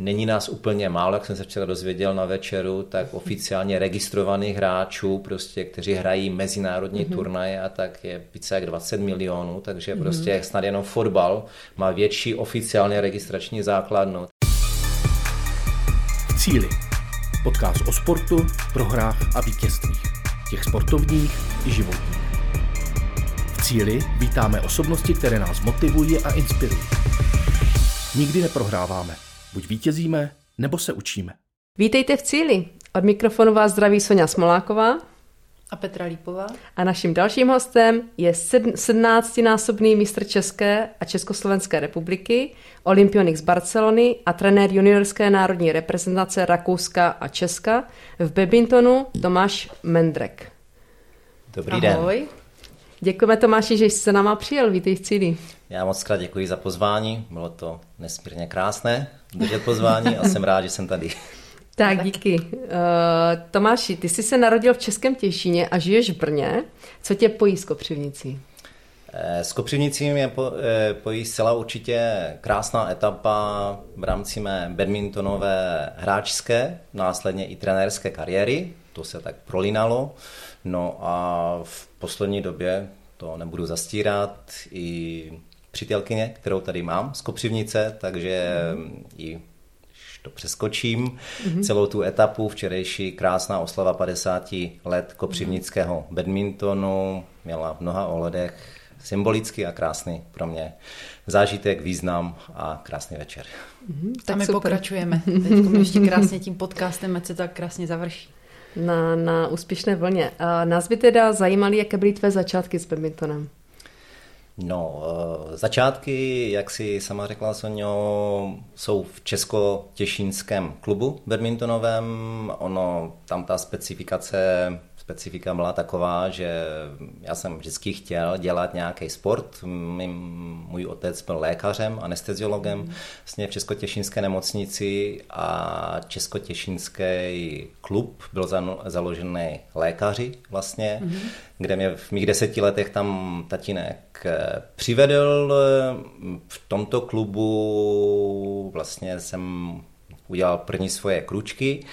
Není nás úplně málo, jak jsem se včera dozvěděl na večeru, tak oficiálně registrovaných hráčů, prostě, kteří hrají mezinárodní turnaje a tak je více jak 20 milionů, takže prostě snad jenom fotbal má větší oficiálně registrační základnu. V cíli. Podcast o sportu, prohrách a vítězstvích. Těch sportovních i životních. V cíli vítáme osobnosti, které nás motivují a inspirují. Nikdy neprohráváme. Buď vítězíme, nebo se učíme. Vítejte v cíli. Od mikrofonu vás zdraví Soňa Smoláková a Petra Lípová. A naším dalším hostem je 17násobný mistr České a Československé republiky, olympionik z Barcelony a trenér juniorské národní reprezentace Rakouska a Česka v badmintonu Tomáš Mendrek. Dobrý den. Ahoj. Děkujeme, Tomáši, že jsi se náma přijel. Vítej v cíli. Já moc krát děkuji za pozvání. Bylo to nesmírně krásné držet pozvání a jsem rád, že jsem tady. Tak, díky. Tomáši, ty jsi se narodil v Českém Těšíně a žiješ v Brně. Co tě pojí s Kopřivnicí? S Kopřivnicí mě pojí zcela určitě krásná etapa v rámci mé badmintonové hráčské, následně i trenérské kariéry. To se tak prolínalo. No a v poslední době, to nebudu zastírat, i přítelkyně, kterou tady mám z Kopřivnice, takže i to přeskočím. Celou tu etapu, včerejší krásná oslava 50 let kopřivnického badmintonu, měla v mnoha ohledech symbolický a krásný pro mě zážitek, význam a krásný večer. Tak my pokračujeme. Teď ještě krásně tím podcastem, ať se tak krásně završí. Na úspěšné vlně. A nás by teda zajímaly, jaké byly tvé začátky s badmintonem. No, začátky, jak si sama řekla, Soňo, jsou v Česko-Těšínském klubu badmintonovém. Tam ta specifika byla taková, že já jsem vždycky chtěl dělat nějaký sport. Můj otec byl lékařem, anesteziologem vlastně v Českotěšínské nemocnici a Českotěšínský klub byl založený lékaři vlastně, kde mě v mých 10 letech tam tatínek přivedl. V tomto klubu vlastně jsem udělal první svoje kručky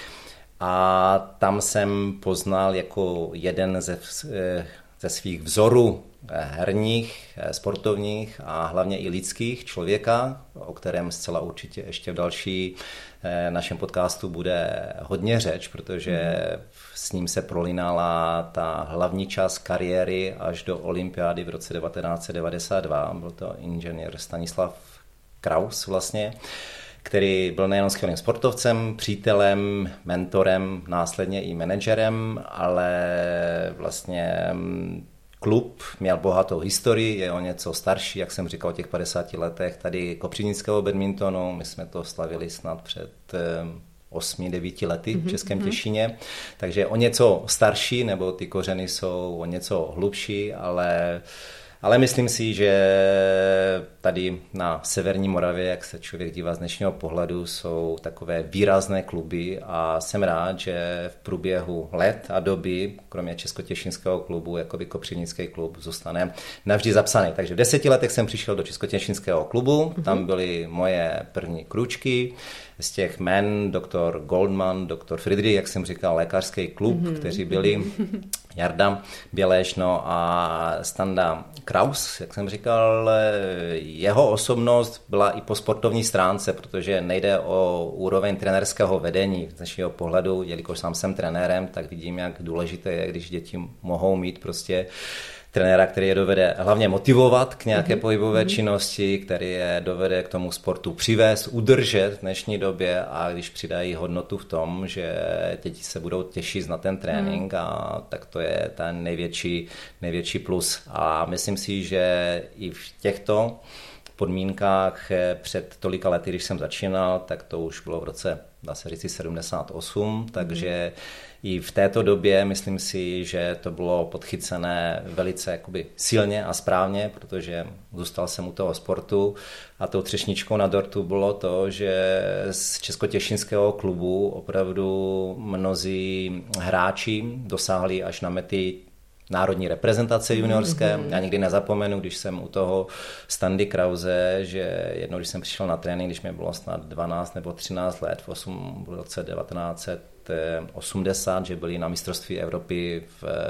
a tam jsem poznal jako jeden ze svých vzorů herních, sportovních a hlavně i lidských člověka, o kterém zcela určitě ještě v další našem podcastu bude hodně řeč, protože s ním se prolínala ta hlavní část kariéry až do olympiády v roce 1992. Byl to inženýr Stanislav Kraus vlastně, který byl nejen skvělým sportovcem, přítelem, mentorem, následně i manažerem, ale vlastně klub měl bohatou historii, je o něco starší, jak jsem říkal, o těch 50 letech tady kopřivnického badmintonu. My jsme to slavili snad před 8-9 lety v Českém Těšíně, takže o něco starší, nebo ty kořeny jsou o něco hlubší, ale myslím si, že tady na severní Moravě, jak se člověk dívá z dnešního pohledu, jsou takové výrazné kluby a jsem rád, že v průběhu let a doby, kromě Českotěšínského klubu, jakoby Kopřivnický klub zůstane navždy zapsaný. Takže v 10 letech jsem přišel do Českotěšínského klubu, tam byly moje první kručky, z těch men doktor Goldman, doktor Friedrich, jak jsem říkal, lékařský klub, kteří byli Jarda Běleš, a Standa Kraus, jak jsem říkal, jeho osobnost byla i po sportovní stránce, protože nejde o úroveň trenérského vedení z dnešního pohledu, jelikož sám jsem trenérem, tak vidím, jak důležité je, když děti mohou mít prostě trenéra, který je dovede hlavně motivovat k nějaké pohybové činnosti, který je dovede k tomu sportu přivést, udržet v dnešní době a když přidají hodnotu v tom, že děti se budou těšit na ten trénink a tak to je ten největší plus. A myslím si, že i v těchto podmínkách před tolika lety, když jsem začínal, tak to už bylo v roce, dá se říct, 78, takže i v této době myslím si, že to bylo podchycené velice jakoby silně a správně, protože zůstal jsem u toho sportu a tou třešničkou na dortu bylo to, že z Českotěšínského klubu opravdu mnozí hráči dosáhli až na mety národní reprezentace juniorské. Já nikdy nezapomenu, když jsem u toho Standy Krause, že jednou, když jsem přišel na trénink, když mi bylo snad 12 nebo 13 let, v roce 1980, že byli na mistrovství Evropy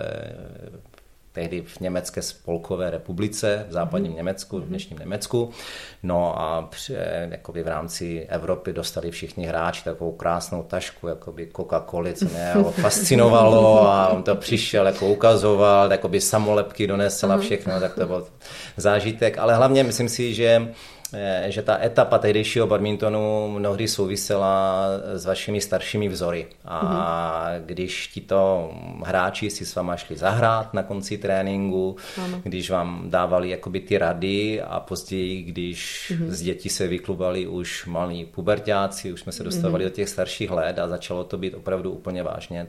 tehdy v Německé spolkové republice, v západním Německu, v dnešním Německu. No a jakoby v rámci Evropy dostali všichni hráči takovou krásnou tašku, jakoby Coca-Coli, co mě fascinovalo a on to přišel, jako ukazoval, jakoby samolepky donesl a všechno, tak to byl zážitek. Ale hlavně myslím si, že ta etapa tehdejšího badmintonu mnohdy souvisela s vašimi staršími vzory. A když tito hráči si s váma šli zahrát na konci tréninku, když vám dávali jakoby ty rady a později, když z dětí se vyklubali už malí puberťáci, už jsme se dostávali do těch starších let a začalo to být opravdu úplně vážně,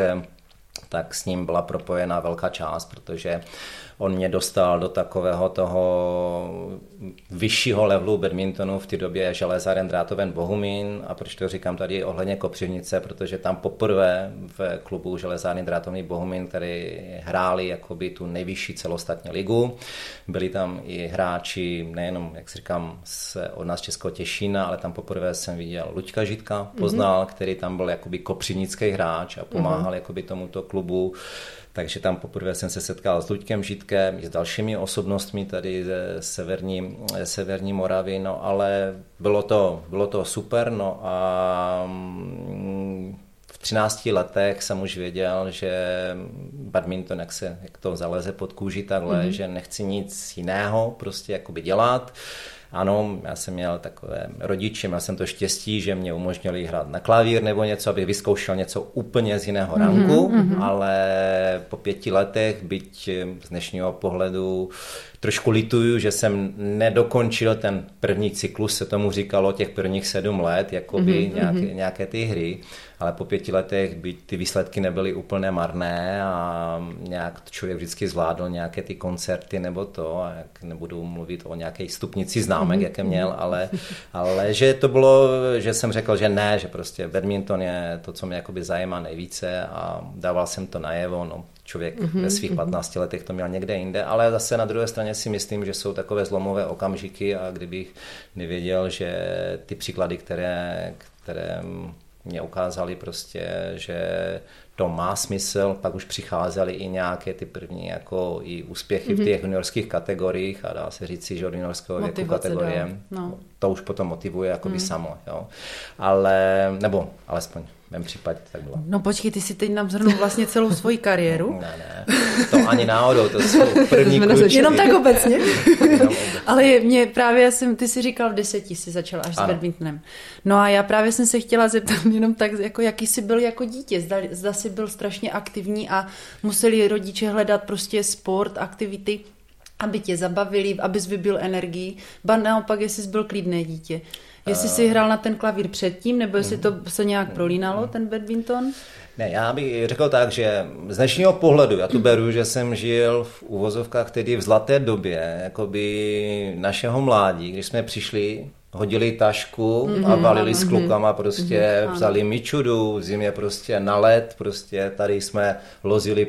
tak s ním byla propojena velká část, protože on mě dostal do takového toho vyššího levelu badmintonu v té době Železáren Drátoven Bohumín. A proč to říkám tady ohledně Kopřivnice, protože tam poprvé v klubu Železáren Drátoven Bohumín, který hráli jakoby tu nejvyšší celostátní ligu. Byli tam i hráči, nejenom, jak si říkám, od nás Českého Těšína, ale tam poprvé jsem viděl Luďka Židka, poznal, který tam byl jakoby kopřivnický hráč a pomáhal jakoby tomuto klubu. Takže tam poprvé jsem se setkal s Luďkem Žitkem i s dalšími osobnostmi tady ze severní Moravy, no ale bylo to super, no a v 13 letech jsem už věděl, že badminton, jak to zaleze pod kůži takhle, že nechci nic jiného prostě jakoby dělat. Ano, já jsem měl takové rodiče, měl jsem to štěstí, že mě umožnili hrát na klavír nebo něco, abych vyzkoušel něco úplně z jiného ranku, ale po 5 letech, byť z dnešního pohledu trošku lituju, že jsem nedokončil ten první cyklus, se tomu říkalo těch prvních 7 let, jakoby nějaké ty hry, ale po 5 letech byť ty výsledky nebyly úplně marné a nějak člověk vždycky zvládl nějaké ty koncerty nebo to, a jak nebudu mluvit o nějaké stupnici známek, jaké měl, ale že to bylo, že jsem řekl, že ne, že prostě badminton je to, co mě jakoby zajímá nejvíce a dával jsem to najevo, no. Člověk ve svých 15 letech to měl někde jinde, ale zase na druhé straně si myslím, že jsou takové zlomové okamžiky a kdybych nevěděl, že ty příklady, které mě ukázaly prostě, že to má smysl, pak už přicházely i nějaké ty první jako i úspěchy v těch juniorských kategoriích a dá se říci, že od juniorského věku kategorie to už potom motivuje jakoby samo, jo. Ale, nebo alespoň v mém případě tak bylo. No počkej, ty si teď nám zhrnul vlastně celou svoji kariéru. Ne, to ani náhodou, to jsou první kručky. Jenom tak obecně. Ale mě právě ty si říkal v 10 si začal až s badmintonem. No a já právě jsem se chtěla zeptat jenom tak, jako jaký jsi byl jako dítě. Zda jsi byl strašně aktivní a museli rodiče hledat prostě sport, aktivity, aby tě zabavili, abys vybil energii. Ba naopak, jestli jsi byl klidné dítě. Jestli jsi hrál na ten klavír předtím, nebo jestli to se nějak prolínalo, ten badminton? Ne, já bych řekl tak, že z dnešního pohledu, já tu beru, že jsem žil v uvozovkách tedy v zlaté době, jakoby našeho mládí, když jsme přišli, hodili tašku a valili s klukama, prostě vzali mičudu, v zimě prostě na led, prostě tady jsme lozili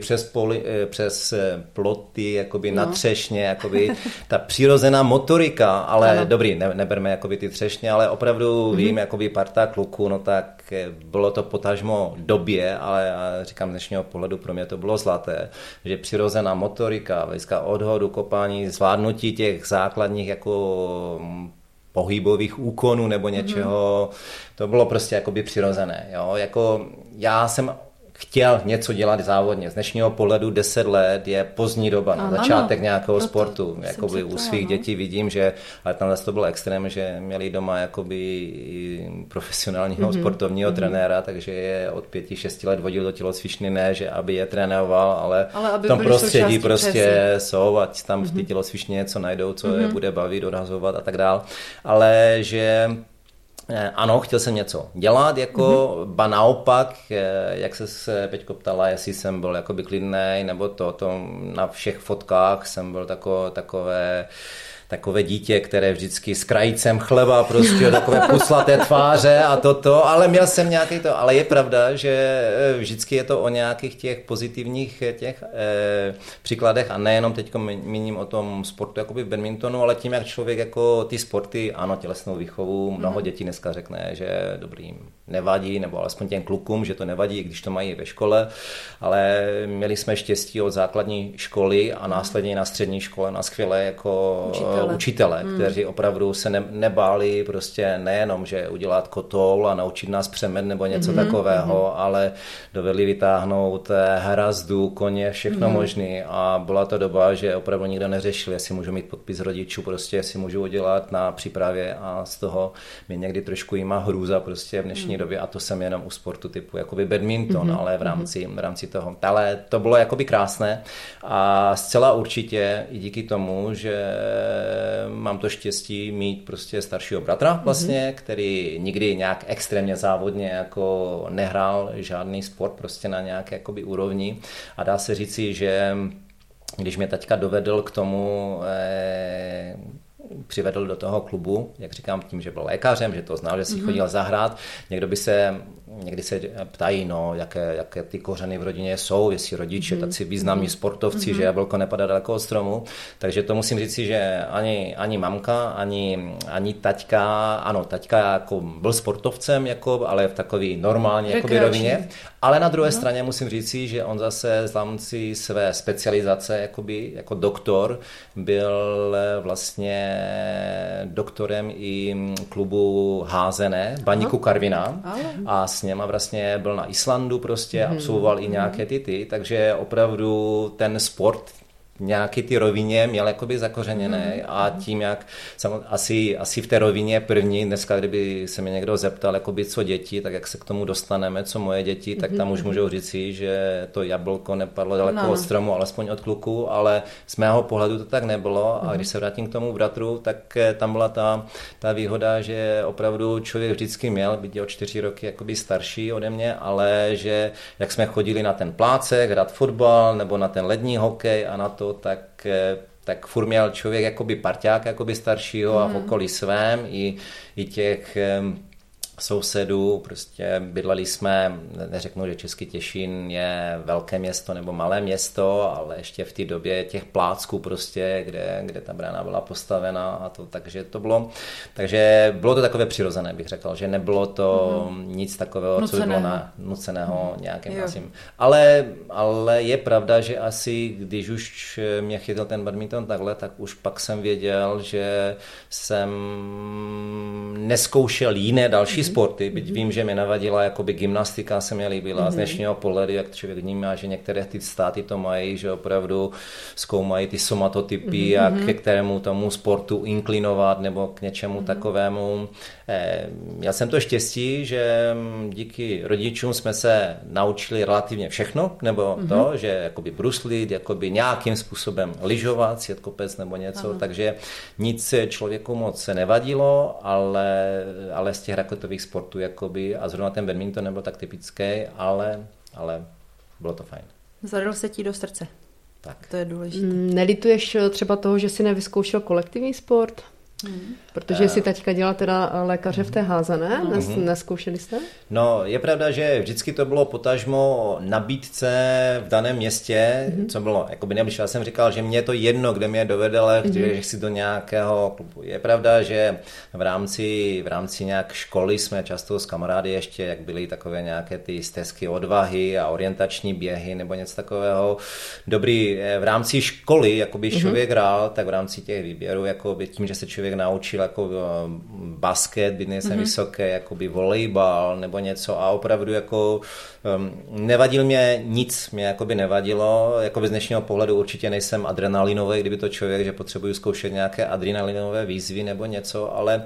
přes ploty, jakoby na třešně, jakoby ta přirozená motorika, ale dobrý, neberme jakoby ty třešně, ale opravdu vím, jakoby parta kluků, no tak bylo to potažmo době, ale já říkám z dnešního pohledu, pro mě to bylo zlaté, že přirozená motorika, hlediska odhodu, kopání, zvládnutí těch základních jako pohybových úkonů nebo něčeho, to bylo prostě jakoby přirozené. Jo? Jako já jsem chtěl něco dělat závodně. Z dnešního pohledu 10 let je pozdní doba na začátek nějakého sportu. Jakoby u svých dětí vidím, že, ale tam zase to byl extrém, že měli doma jakoby profesionálního sportovního trenéra, takže je od 5-6 let vodil do tělocvičny, ne, že aby je trénoval, ale v tom prostředí prostě jsou, ať tam v té tělocvičně něco najdou, co je bude bavit, odhazovat a tak dál. Ale že ano, chtěl jsem něco dělat, jako ba naopak, jak se Peťko ptala, jestli jsem byl jakoby klidnej, nebo to na všech fotkách jsem byl takové dítě, které vždycky s krajícem chleba, prostě takové puslaté tváře a toto, ale měl jsem nějaký to, ale je pravda, že vždycky je to o nějakých těch pozitivních těch příkladech a nejenom teď míním o tom sportu jakoby v badmintonu, ale tím, jak člověk jako ty sporty, ano, tělesnou výchovu, mnoho dětí dneska řekne, že dobrý, nevadí, nebo alespoň těm klukům, že to nevadí, když to mají ve škole, ale měli jsme štěstí od základní školy a následně na střední škole na skvělé jako učitele, kteří opravdu se nebáli prostě nejenom, že udělat kotol a naučit nás přemet nebo něco takového, ale dovedli vytáhnout hrazdu, koně, všechno možné a byla to doba, že opravdu nikdo neřešil, jestli můžu mít podpis rodičů, prostě jestli můžu udělat na přípravě a z toho mi někdy trošku jí má hrůza prostě v dnešní době a to jsem jenom u sportu typu jakoby badminton, ale v rámci toho. Ale to bylo jakoby krásné a zcela určitě i díky tomu, že mám to štěstí mít prostě staršího bratra vlastně, který nikdy nějak extrémně závodně jako nehrál žádný sport prostě na nějaké jakoby úrovni a dá se říci, že když mě taťka dovedl k tomu, přivedl do toho klubu, jak říkám, tím, že byl lékařem, že to znal, že si chodil zahrát. Někdy se ptají, no, jaké ty kořeny v rodině jsou, jestli rodiče, tací významní sportovci, že jablko nepadá daleko od stromu. Takže to musím říct si, že ani mamka, ani taťka, ano, taťka jako byl sportovcem, jako, ale v takový normální jakoby rovině. Ale na druhé straně musím říci, že on zase v rámci své specializace jakoby, jako doktor byl vlastně doktorem i klubu házené Baníku Karviná a s něma vlastně byl na Islandu prostě, absolvoval i nějaké ty, takže opravdu ten sport nějaký ty rovině měl jakoby zakořeněné a tím, jak asi v té rovině první, dneska kdyby se mě někdo zeptal, jakoby co děti, tak jak se k tomu dostaneme, co moje děti, tak tam už můžou říci, že to jablko nepadlo daleko od stromu, alespoň od kluku, ale z mého pohledu to tak nebylo a když se vrátím k tomu bratru, tak tam byla ta výhoda, že opravdu člověk vždycky měl, byť o 4 roky jakoby starší ode mě, ale že jak jsme chodili na ten plácek, hrát fotbal nebo na ten lední hokej a na to, tak furt měl člověk jakoby parťák jakoby staršího a v okolí svém i těch sousedů, prostě bydleli jsme, neřeknu, že Český Těšín je velké město nebo malé město, ale ještě v té době těch plácků prostě, kde ta brána byla postavena a to, takže bylo to takové přirozené, bych řekl, že nebylo to nic takového, co by bylo nuceného nějakým násilím. Ale je pravda, že asi, když už mě chytil ten badminton takhle, tak už pak jsem věděl, že jsem neskoušel jiné další sporty, byť vím, že mě navadila jakoby gymnastika, se mě líbila z dnešního pohledu, jak člověk vnímá, že některé ty státy to mají, že opravdu zkoumají ty somatotypy, jak ke kterému tomu sportu inklinovat nebo k něčemu takovému. Já jsem to štěstí, že díky rodičům jsme se naučili relativně všechno, nebo to, že jakoby bruslit, jakoby nějakým způsobem lyžovat, sjet kopec nebo něco, takže nic člověku moc nevadilo, ale z těch raketových sportů jakoby, a zrovna ten badminton nebyl tak typický, ale bylo to fajn. Zaryl se ti do srdce. Tak. To je důležité. Nelituješ třeba toho, že jsi nevyzkoušel kolektivní sport? Protože si teďka dělal teda lékaře v té házané, neskoušeli jste? No, je pravda, že vždycky to bylo potažmo nabídce v daném městě, co bylo, jakoby nebliž, já jsem říkal, že mě to jedno, kde mě dovedele, že chci do nějakého klubu. Je pravda, že v rámci nějak školy jsme často s kamarády ještě, jak byly takové nějaké ty stezky odvahy a orientační běhy nebo něco takového. Dobrý, v rámci školy, jakoby člověk hrál, tak v rámci těch výběrů, jakoby tím, že se člověk naučil jako basket, byť nejsem vysoký, jakoby volejbal nebo něco a opravdu jako nevadil mě nic, mě jakoby nevadilo, jakoby z dnešního pohledu určitě nejsem adrenalinový, kdyby to člověk, že potřebuju zkoušet nějaké adrenalinové výzvy nebo něco,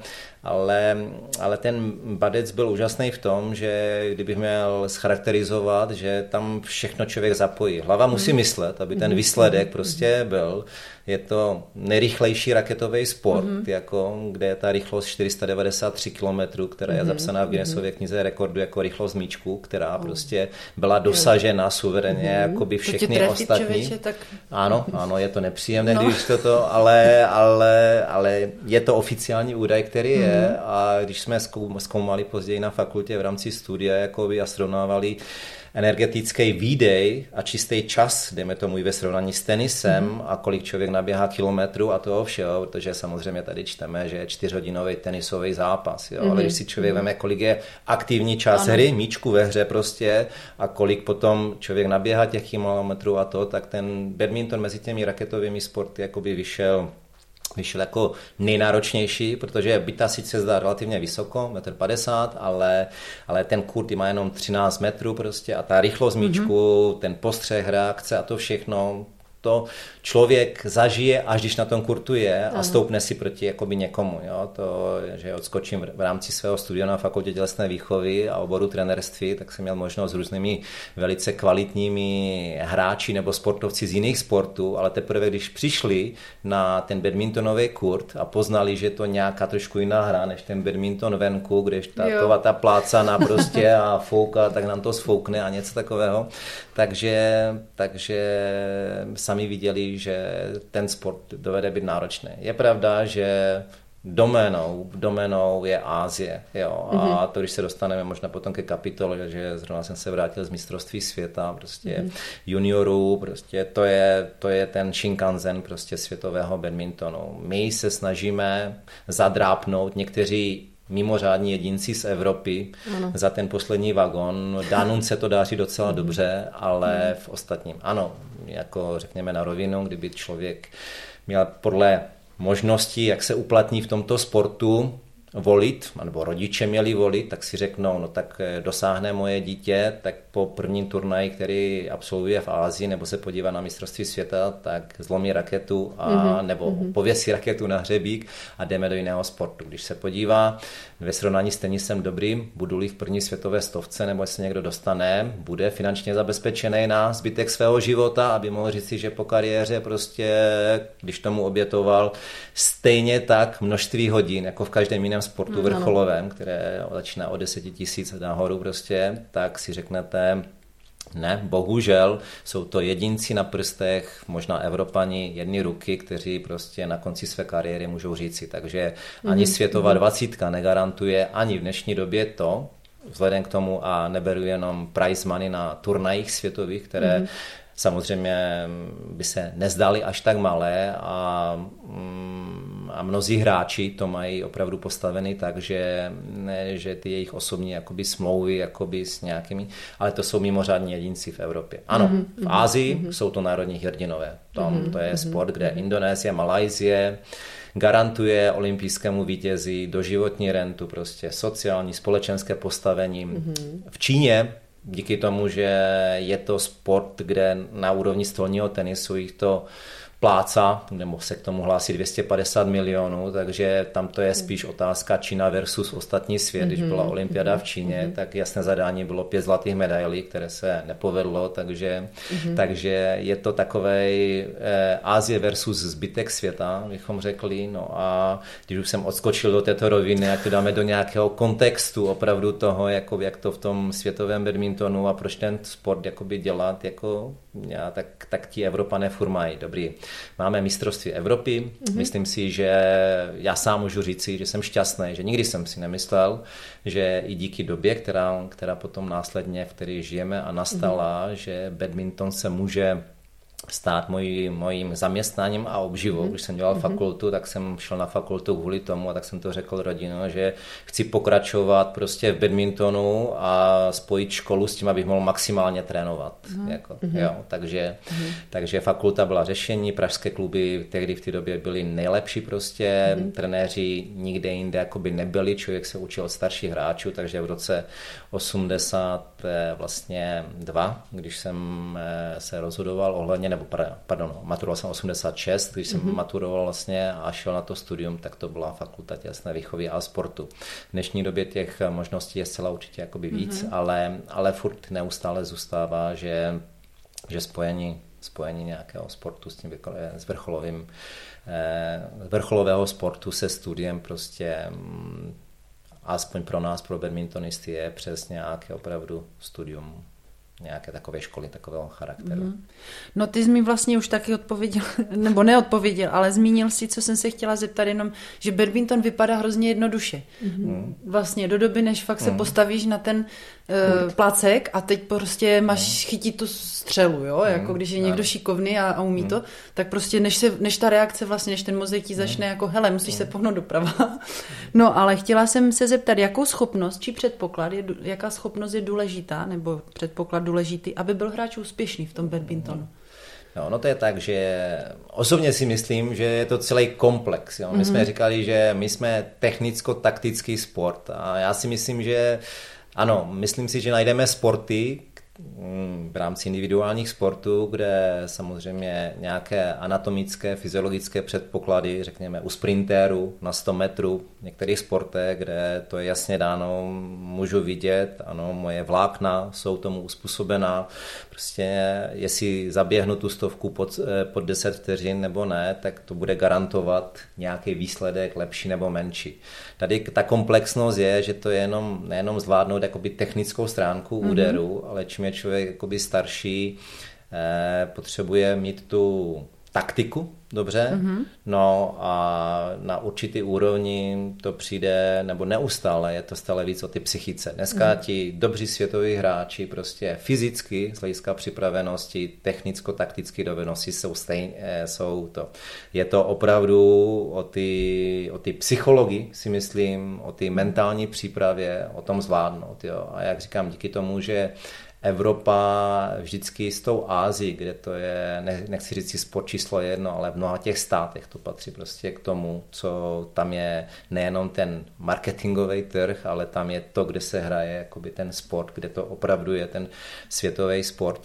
ale ten Badec byl úžasný v tom, že kdybych měl scharakterizovat, že tam všechno člověk zapojí. Hlava musí myslet, aby ten výsledek prostě byl. Je to nejrychlejší raketový sport, jako, kde je ta rychlost 493 km, která je zapsaná v Guinnessově knize rekordu jako rychlost míčku, která prostě byla dosažena suverénně, jako by všechny ostatní. Člověče, tak... Ano, je to nepříjemné, když to, ale je to oficiální údaj, který je, a když jsme zkoumali později na fakultě v rámci studia, jako by a srovnávali energetický výdej a čistý čas, dejme tomu i ve srovnání s tenisem a kolik člověk naběhá kilometrů a toho všeho, protože samozřejmě tady čteme, že je 4hodinový tenisový zápas, jo? Ale když si člověk veme, kolik je aktivní čas hry, míčku ve hře prostě a kolik potom člověk naběhá těch kilometrů a to, tak ten badminton mezi těmi raketovými sporty jakoby vyšel jako nejnáročnější, protože byta sice zdá relativně vysoko, 1,50 m, ale ten kurt má jenom 13 metrů prostě a ta rychlost míčku, ten postřeh, reakce a to všechno, to člověk zažije, až když na tom kurtu je a stoupne si proti jakoby někomu. Jo? To, že odskočím v rámci svého studia na fakultě tělesné výchovy a oboru trenérství, tak jsem měl možnost s různými velice kvalitními hráči nebo sportovci z jiných sportů, ale teprve když přišli na ten badmintonový kurt a poznali, že je to nějaká trošku jiná hra než ten badminton venku, kdež ta plácana prostě a fouká, tak nám to sfoukne a něco takového. Takže sami viděli, že ten sport dovede být náročný. Je pravda, že doménou je Asie. Jo? A to, když se dostaneme možná potom ke kapitole, že zrovna jsem se vrátil z mistrovství světa, prostě juniorů, prostě to je ten Shinkansen prostě světového badmintonu. My se snažíme zadrápnout někteří mimořádní jedinci z Evropy za ten poslední vagon. Dánům se to daří docela dobře, ale v ostatním ano, jako řekněme na rovinu, kdyby člověk měl podle možností, jak se uplatní v tomto sportu, volit, nebo rodiče měli volit, tak si řeknou, no tak dosáhne moje dítě, tak po prvním turnaji, který absolvuje v Asii, nebo se podívá na mistrovství světa, tak zlomí raketu nebo pověsí raketu na hřebík a jdeme do jiného sportu. Když se podívá ve srovnání s tenisem dobrým, budu-li v první světové stovce, nebo se někdo dostane, bude finančně zabezpečený na zbytek svého života, aby mohl říct si, že po kariéře prostě, když tomu obětoval stejně tak množství hodin, jako v každém jiném sportu vrcholovém, které začíná od 10 000 nahoru prostě, tak si řeknete, ne, bohužel jsou to jedinci na prstech, možná Evropani, jedny ruky, kteří prostě na konci své kariéry můžou říci. Takže ani světová 20 negarantuje ani v dnešní době to, vzhledem k tomu a neberu jenom prize money na turnajích světových, které samozřejmě by se nezdaly až tak malé a mnozí hráči to mají opravdu postavený tak, že ty jejich osobní jakoby smlouvy jakoby s nějakými, ale to jsou mimořádní jedinci v Evropě. Ano, v Asii jsou to národní hrdinové. To je sport, kde Indonésie, Malajsie garantuje olympijskému vítězi doživotní rentu, prostě sociální, společenské postavení. V Číně díky tomu, že je to sport, kde na úrovni stolního tenisu jich to pláca, nebo se k tomu hlásí 250 milionů, takže tam to je spíš otázka Čína versus ostatní svět. Když byla olympiáda v Číně, tak jasné zadání bylo 5 zlatých medailí, které se nepovedlo, takže je to takovej Asie versus zbytek světa, bychom řekli. No a když už jsem odskočil do této roviny, jak to dáme do nějakého kontextu opravdu toho, jako jak to v tom světovém badmintonu a proč ten sport jakoby dělat, jako, tak ti Evropané furt mají. Dobrý. Máme mistrovství Evropy. Myslím si, že já sám můžu říci, že jsem šťastný, že nikdy jsem si nemyslel, že i díky době, která potom následně, v které žijeme a nastala, že badminton se může stát mojím zaměstnáním a obživou. Když jsem dělal fakultu, tak jsem šel na fakultu kvůli tomu a tak jsem to řekl rodině, že chci pokračovat prostě v badmintonu a spojit školu s tím, abych mohl maximálně trénovat. Takže fakulta byla řešení, pražské kluby tehdy v té době byly nejlepší prostě, trenéři nikde jinde jakoby nebyli, člověk se učil od starších hráčů, takže v roce 82, když jsem se rozhodoval ohledně maturoval jsem 86, když jsem maturoval vlastně a šel na to studium, tak to byla fakulta tělesné výchovy a sportu. V dnešní době těch možností je zcela určitě jakoby víc, ale furt neustále zůstává, že spojení nějakého sportu s tím s vrcholového sportu se studiem prostě aspoň pro nás, pro badmintonisty, je přes nějaké opravdu studium nějaké takové školy, takového charakteru. No ty jsi mi vlastně už taky odpověděl, nebo neodpověděl, ale zmínil si, co jsem se chtěla zeptat, jenom, že badminton vypadá hrozně jednoduše. Vlastně do doby, než fakt se postavíš na ten placek a teď prostě máš chytit tu střelu, jo? Jako když je někdo šikovný a umí to, tak prostě než ta reakce vlastně, než ten mozek ti začne jako hele, musíš se pohnout doprava. No ale chtěla jsem se zeptat, jakou schopnost či předpoklad, jaká schopnost je důležitá, nebo předpoklad důležitý, aby byl hráč úspěšný v tom badmintonu? No to je tak, že osobně si myslím, že je to celý komplex. Jo? My jsme říkali, že my jsme technicko-taktický sport a já si myslím, že ano, myslím si, že najdeme sporty v rámci individuálních sportů, kde samozřejmě nějaké anatomické, fyziologické předpoklady, řekněme u sprintérů na 100 metrů, v některých sportech, kde to je jasně dáno, můžu vidět, ano, moje vlákna jsou tomu uspůsobená, prostě jestli zaběhnu tu 100 pod 10 vteřin nebo ne, tak to bude garantovat nějaký výsledek lepší nebo menší. Tady ta komplexnost je, že to je nejenom zvládnout jakoby technickou stránku úderu, ale čím je člověk jakoby starší, potřebuje mít tu taktiku, dobře, no a na určitý úrovni to přijde, nebo neustále, je to stále víc o ty psychice. Dneska ti dobří světoví hráči prostě fyzicky, z hlediska připravenosti, technicko-taktické dovednosti jsou to. Je to opravdu o ty psychologii, si myslím, o ty mentální přípravě, o tom zvládnout, jo. A jak říkám, díky tomu, že Evropa vždycky s tou Ázií, kde to je, nechci říct si sport číslo 1, ale v mnoha těch státech to patří prostě k tomu, co tam je nejenom ten marketingový trh, ale tam je to, kde se hraje jakoby ten sport, kde to opravdu je ten světový sport,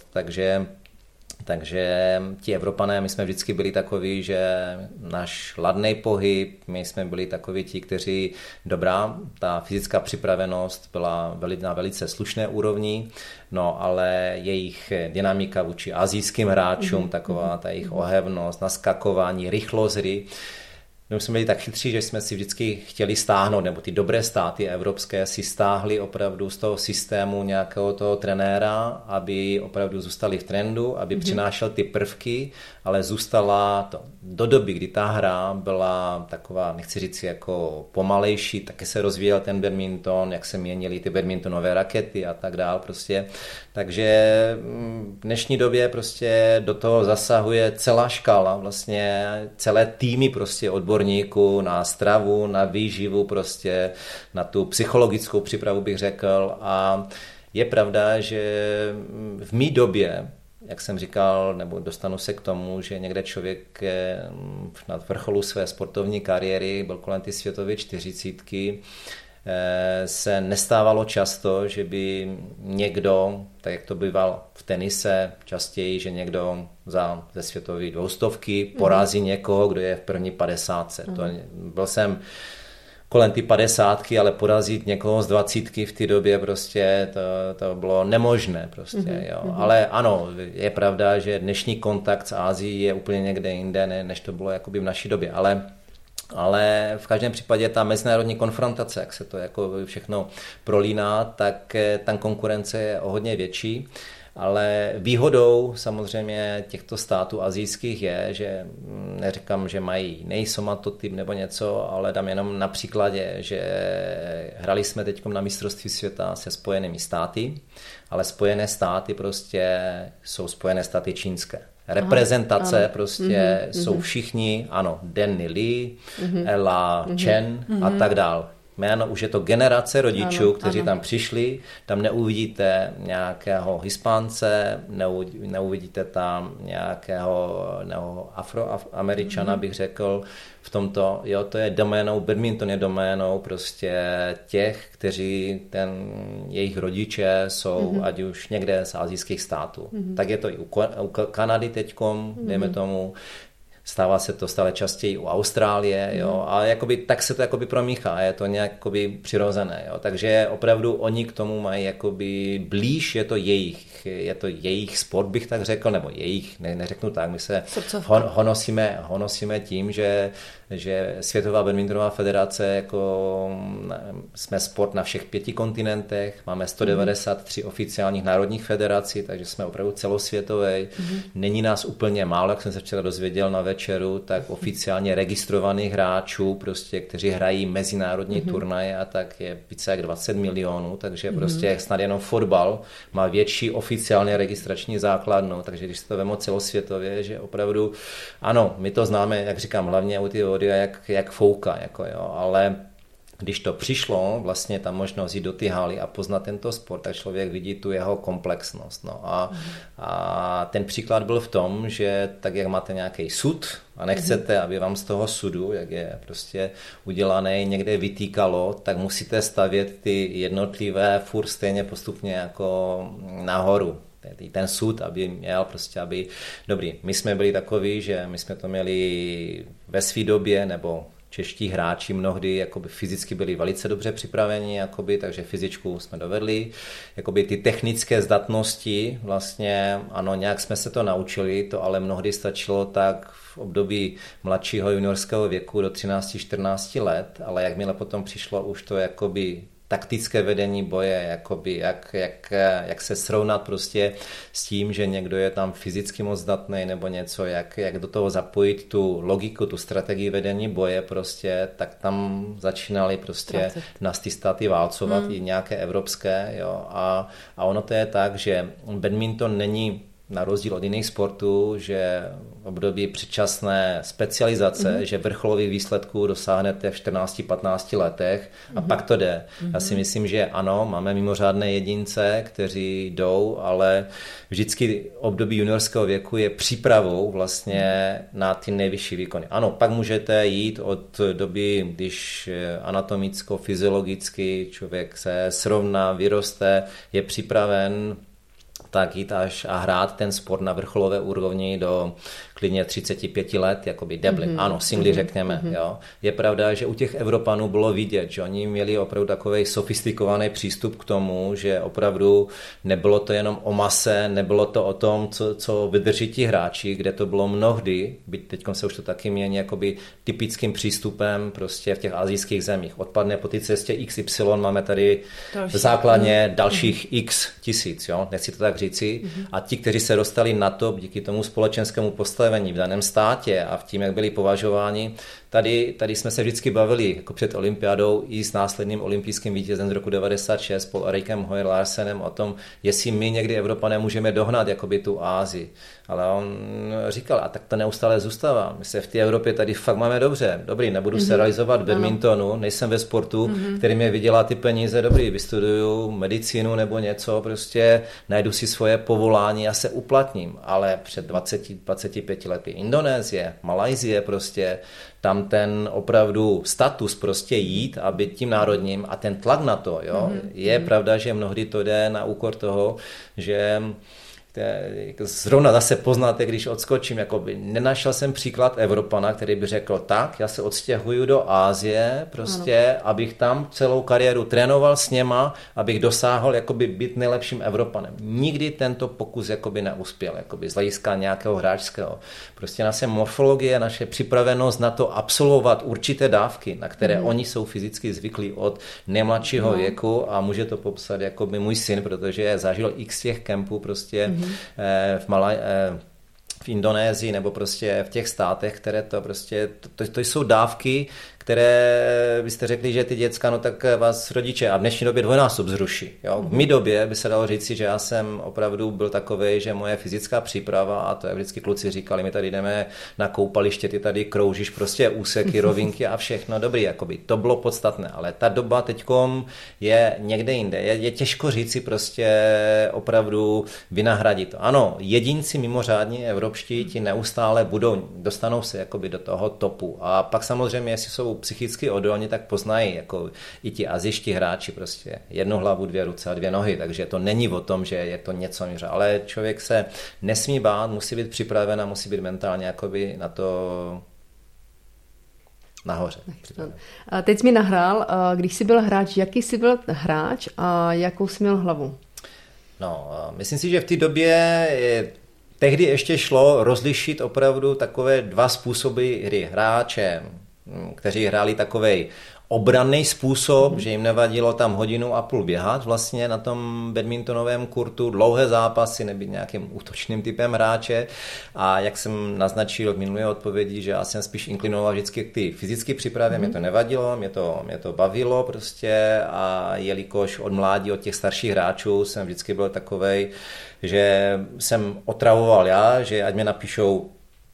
takže ti Evropané, my jsme vždycky byli takoví, že náš ladný pohyb, my jsme byli takoví ti, kteří ta fyzická připravenost byla na velice slušné úrovni, no ale jejich dynamika vůči asijským hráčům, taková ta jejich ohevnost, naskakování, rychlost hry, my jsme byli tak chytří, že jsme si vždycky chtěli stáhnout, nebo ty dobré státy evropské si stáhli opravdu z toho systému nějakého toho trenéra, aby opravdu zůstali v trendu, aby přinášel ty prvky, ale zůstala to. Do doby, kdy ta hra byla taková, nechci říct jako pomalejší, taky se rozvíjel ten badminton, jak se měnily ty badmintonové rakety a tak dál prostě. Takže v dnešní době prostě do toho zasahuje celá škála, vlastně celé týmy prostě odborníků na stravu, na výživu prostě, na tu psychologickou přípravu bych řekl a je pravda, že v mý době, jak jsem říkal, nebo dostanu se k tomu, že někde člověk na vrcholu své sportovní kariéry byl kolem ty světové 40, se nestávalo často, že by někdo, tak jak to býval v tenise, častěji, že někdo ze světové 200 porazí někoho, kdo je v první 50. Byl jsem kolem ty 50, ale porazit někoho z 20 v té době prostě to bylo nemožné prostě, jo. Ale ano, je pravda, že dnešní kontakt s Ázií je úplně někde jinde, než to bylo jakoby v naší době, ale v každém případě ta mezinárodní konfrontace, jak se to jako všechno prolíná, tak ta konkurence je o hodně větší. Ale výhodou samozřejmě těchto států asijských je, že neříkám, že mají jiný somatotyp nebo něco, ale dám jenom na příkladě, že hrali jsme teď na mistrovství světa se Spojenými státy, ale Spojené státy prostě jsou Spojené státy čínské. Reprezentace prostě jsou všichni, ano, Danny Lee, Ella Chen a tak dál. jméno, už je to generace rodičů, kteří tam přišli, tam neuvidíte nějakého Hispánce, neuvidíte tam nějakého Afroameričana, bych řekl, v tomto, jo, to je doménou, badminton je doménou prostě těch, kteří jejich rodiče jsou ať už někde z asijských států. Tak je to i u Kanady teďkom, dejme tomu, stává se to stále častěji u Austrálie, jo, a jakoby, tak se to jakoby promíchá, je to nějak jakoby přirozené, jo, takže opravdu oni k tomu mají jakoby blíž, je to jejich sport, bych tak řekl, nebo jejich, neřeknu tak, my se honosíme tím, že Světová badmintonová federace, jako jsme sport na všech 5 kontinentech, máme 193 oficiálních národních federací, takže jsme opravdu celosvětové. Není nás úplně málo, jak jsem se včera dozvěděl na večeru, tak oficiálně registrovaných hráčů, prostě, kteří hrají mezinárodní turnaje a tak je více jak 20 milionů, takže prostě snad jenom fotbal má větší oficiálně registrační základnu, takže když se to vemo celosvětově, že opravdu, ano, my to známe, jak říkám, hlavně u ty jak fouka, jako jo, ale když to přišlo, vlastně ta možnost jít do ty haly a poznat tento sport, tak člověk vidí tu jeho komplexnost. No. A ten příklad byl v tom, že tak, jak máte nějaký sud a nechcete, aby vám z toho sudu, jak je prostě udělané, někde vytýkalo, tak musíte stavět ty jednotlivé furt stejně postupně jako nahoru. Ten sud, aby měl prostě, dobrý, my jsme byli takoví, že my jsme to měli ve své době, nebo čeští hráči mnohdy jakoby fyzicky byli velice dobře připraveni, jakoby, takže fyzičku jsme dovedli. Jakoby ty technické zdatnosti, vlastně ano, nějak jsme se to naučili, to ale mnohdy stačilo tak v období mladšího juniorského věku do 13-14 let, ale jakmile potom přišlo už to jakoby taktické vedení boje, jakoby jak se srovnat prostě s tím, že někdo je tam fyzicky moc zdatný nebo něco, jak do toho zapojit tu logiku, tu strategii vedení boje prostě, tak tam začínali prostě nás ty státy válcovat i nějaké evropské, jo, a ono to je tak, že badminton není na rozdíl od jiných sportů, že v období předčasné specializace, že vrcholových výsledků dosáhnete v 14-15 letech a pak to jde. Já si myslím, že ano, máme mimořádné jedince, kteří jdou, ale vždycky období juniorského věku je přípravou vlastně na ty nejvyšší výkony. Ano, pak můžete jít od doby, když anatomicko-fyziologicky člověk se srovná, vyroste, je připraven tak jít až a hrát ten sport na vrcholové úrovni do klidně 35 let, jakoby Dublin. Ano, singly řekněme. Jo. Je pravda, že u těch Evropanů bylo vidět, že oni měli opravdu takový sofistikovaný přístup k tomu, že opravdu nebylo to jenom o mase, nebylo to o tom, co vydrží ti hráči, kde to bylo mnohdy, byť teďkom se už to taky mění jakoby typickým přístupem prostě v těch asijských zemích. Odpadne po té cestě XY, máme tady základně dalších X tisíc, jo, nechci to tak říci. A ti, kteří se dostali na to díky tomu společenskému postavení v daném státě a v tím, jak byli považováni, tady jsme se vždycky bavili jako před olympiádou i s následným olympijským vítězem z roku 96 Paul Erikem Hoyer Larsenem o tom, jestli my někdy Evropané můžeme dohnat jakoby tu Ázii. Ale on říkal, a tak to neustále zůstává. My se v té Evropě tady fakt máme dobře. Dobrý, nebudu se realizovat v badmintonu, nejsem ve sportu, který mě vydělá ty peníze, dobrý, vystuduju medicínu nebo něco, prostě najdu si svoje povolání a se uplatním. Ale před 25 lety Indonésie, Malajsie prostě, tam ten opravdu status prostě jít a být tím národním a ten tlak na to, jo, je pravda, že mnohdy to jde na úkor toho, že zrovna zase poznáte, když odskočím, jakoby nenašel jsem příklad Evropana, který by řekl, tak, já se odstěhuju do Asie, prostě, abych tam celou kariéru trénoval s něma, abych dosáhl jakoby být nejlepším Evropanem. Nikdy tento pokus jakoby neuspěl, jakoby z hlediska nějakého hráčského. Prostě naše morfologie, naše připravenost na to absolvovat určité dávky, na které oni jsou fyzicky zvyklí od nejmladšího věku a může to popsat jakoby můj syn, protože zažil x těch kempů prostě v Indonésii nebo prostě v těch státech, které to prostě, to jsou dávky, které byste řekli, že ty děcka, no tak vás rodiče a v dnešní době dvojnásob zruší. Jo? V mý době by se dalo říci, že já jsem opravdu byl takovej, že moje fyzická příprava, a to je vždycky kluci říkali, my tady jdeme na koupaliště, ty tady kroužíš prostě úseky, rovinky a všechno dobrý, jakoby. To bylo podstatné, ale ta doba teďkom je někde jinde. Je těžko říci prostě opravdu vynahradit to. Ano, jedinci mimořádní evropští ti neustále dostanou se jakoby do toho topu. A pak samozřejmě, jestli jsou psychicky odolní, tak poznají jako i ti asijští hráči prostě jednu hlavu, dvě ruce a dvě nohy, takže to není o tom, že je to něco míře, ale člověk se nesmí bát, musí být připraven a musí být mentálně jakoby na to nahoře. A teď jsi mi nahrál, když jsi byl hráč, jaký jsi byl hráč a jakou jsi měl hlavu? No, myslím si, že v té době tehdy ještě šlo rozlišit opravdu takové dva způsoby hry. Hráče, kteří hráli takovej obranný způsob, že jim nevadilo tam 1,5 hodiny běhat vlastně na tom badmintonovém kurtu, dlouhé zápasy, nebyt nějakým útočným typem hráče. A jak jsem naznačil v minulé odpovědi, že já jsem spíš inklinoval vždycky k ty fyzické přípravě, mě to nevadilo, mě to bavilo prostě a jelikož od mládí, od těch starších hráčů jsem vždycky byl takovej, že jsem otravoval já, že ať mě napíšou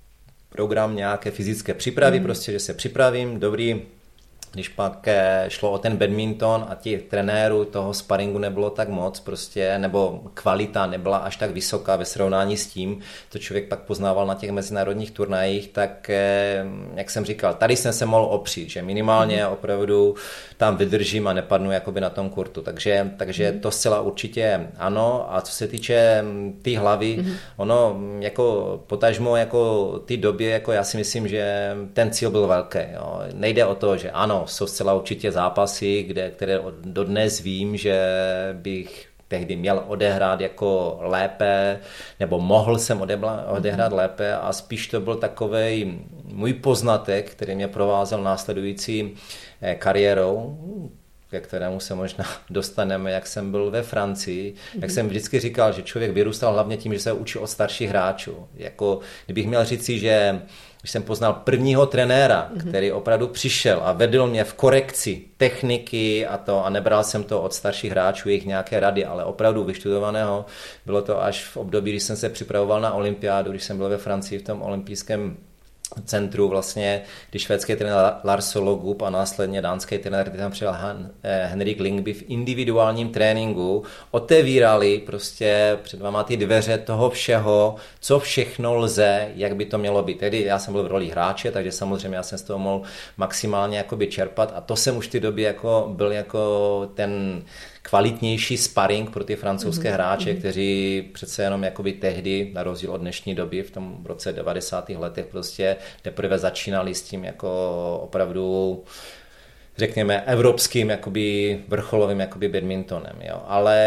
program nějaké fyzické přípravy, prostě, že se připravím, dobrý. Když pak šlo o ten badminton a těch trenérů toho sparingu nebylo tak moc prostě, nebo kvalita nebyla až tak vysoká ve srovnání s tím, co člověk pak poznával na těch mezinárodních turnajích, tak jak jsem říkal, tady jsem se mohl opřít, že minimálně opravdu tam vydržím a nepadnu jakoby na tom kurtu, takže to zcela určitě ano. A co se týče té hlavy, ono jako potažmo jako ty době, jako já si myslím, že ten cíl byl velký, jo. Nejde o to, že ano, jsou zcela určitě zápasy, které dodnes vím, že bych tehdy měl odehrát jako lépe, nebo mohl jsem odehrát lépe a spíš to byl takovej můj poznatek, který mě provázel následující kariérou, ke kterému se možná dostaneme, jak jsem byl ve Francii. Jak jsem vždycky říkal, že člověk vyrůstal hlavně tím, že se učil od starších hráčů. Jako, kdybych měl říci, že když jsem poznal prvního trenéra, který opravdu přišel a vedl mě v korekci techniky a nebral jsem to od starších hráčů, jejich nějaké rady, ale opravdu vyštudovaného. Bylo to až v období, když jsem se připravoval na olympiádu, když jsem byl ve Francii v tom olympijském centru vlastně, když švédský trenér Lars Sologub a následně dánský trenér, který tam přijel Henrik Lingby v individuálním tréninku, otevírali prostě před váma ty dveře toho všeho, co všechno lze, jak by to mělo být. Tedy já jsem byl v roli hráče, takže samozřejmě já jsem z toho mohl maximálně jakoby čerpat a to jsem už v té době jako byl jako ten kvalitnější sparring pro ty francouzské hráče, kteří přece jenom jakoby tehdy, na rozdíl od dnešní doby, v tom roce 90. letech prostě teprve začínali s tím jako opravdu, řekněme, evropským jakoby vrcholovým jakoby badmintonem, jo.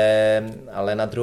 Ale na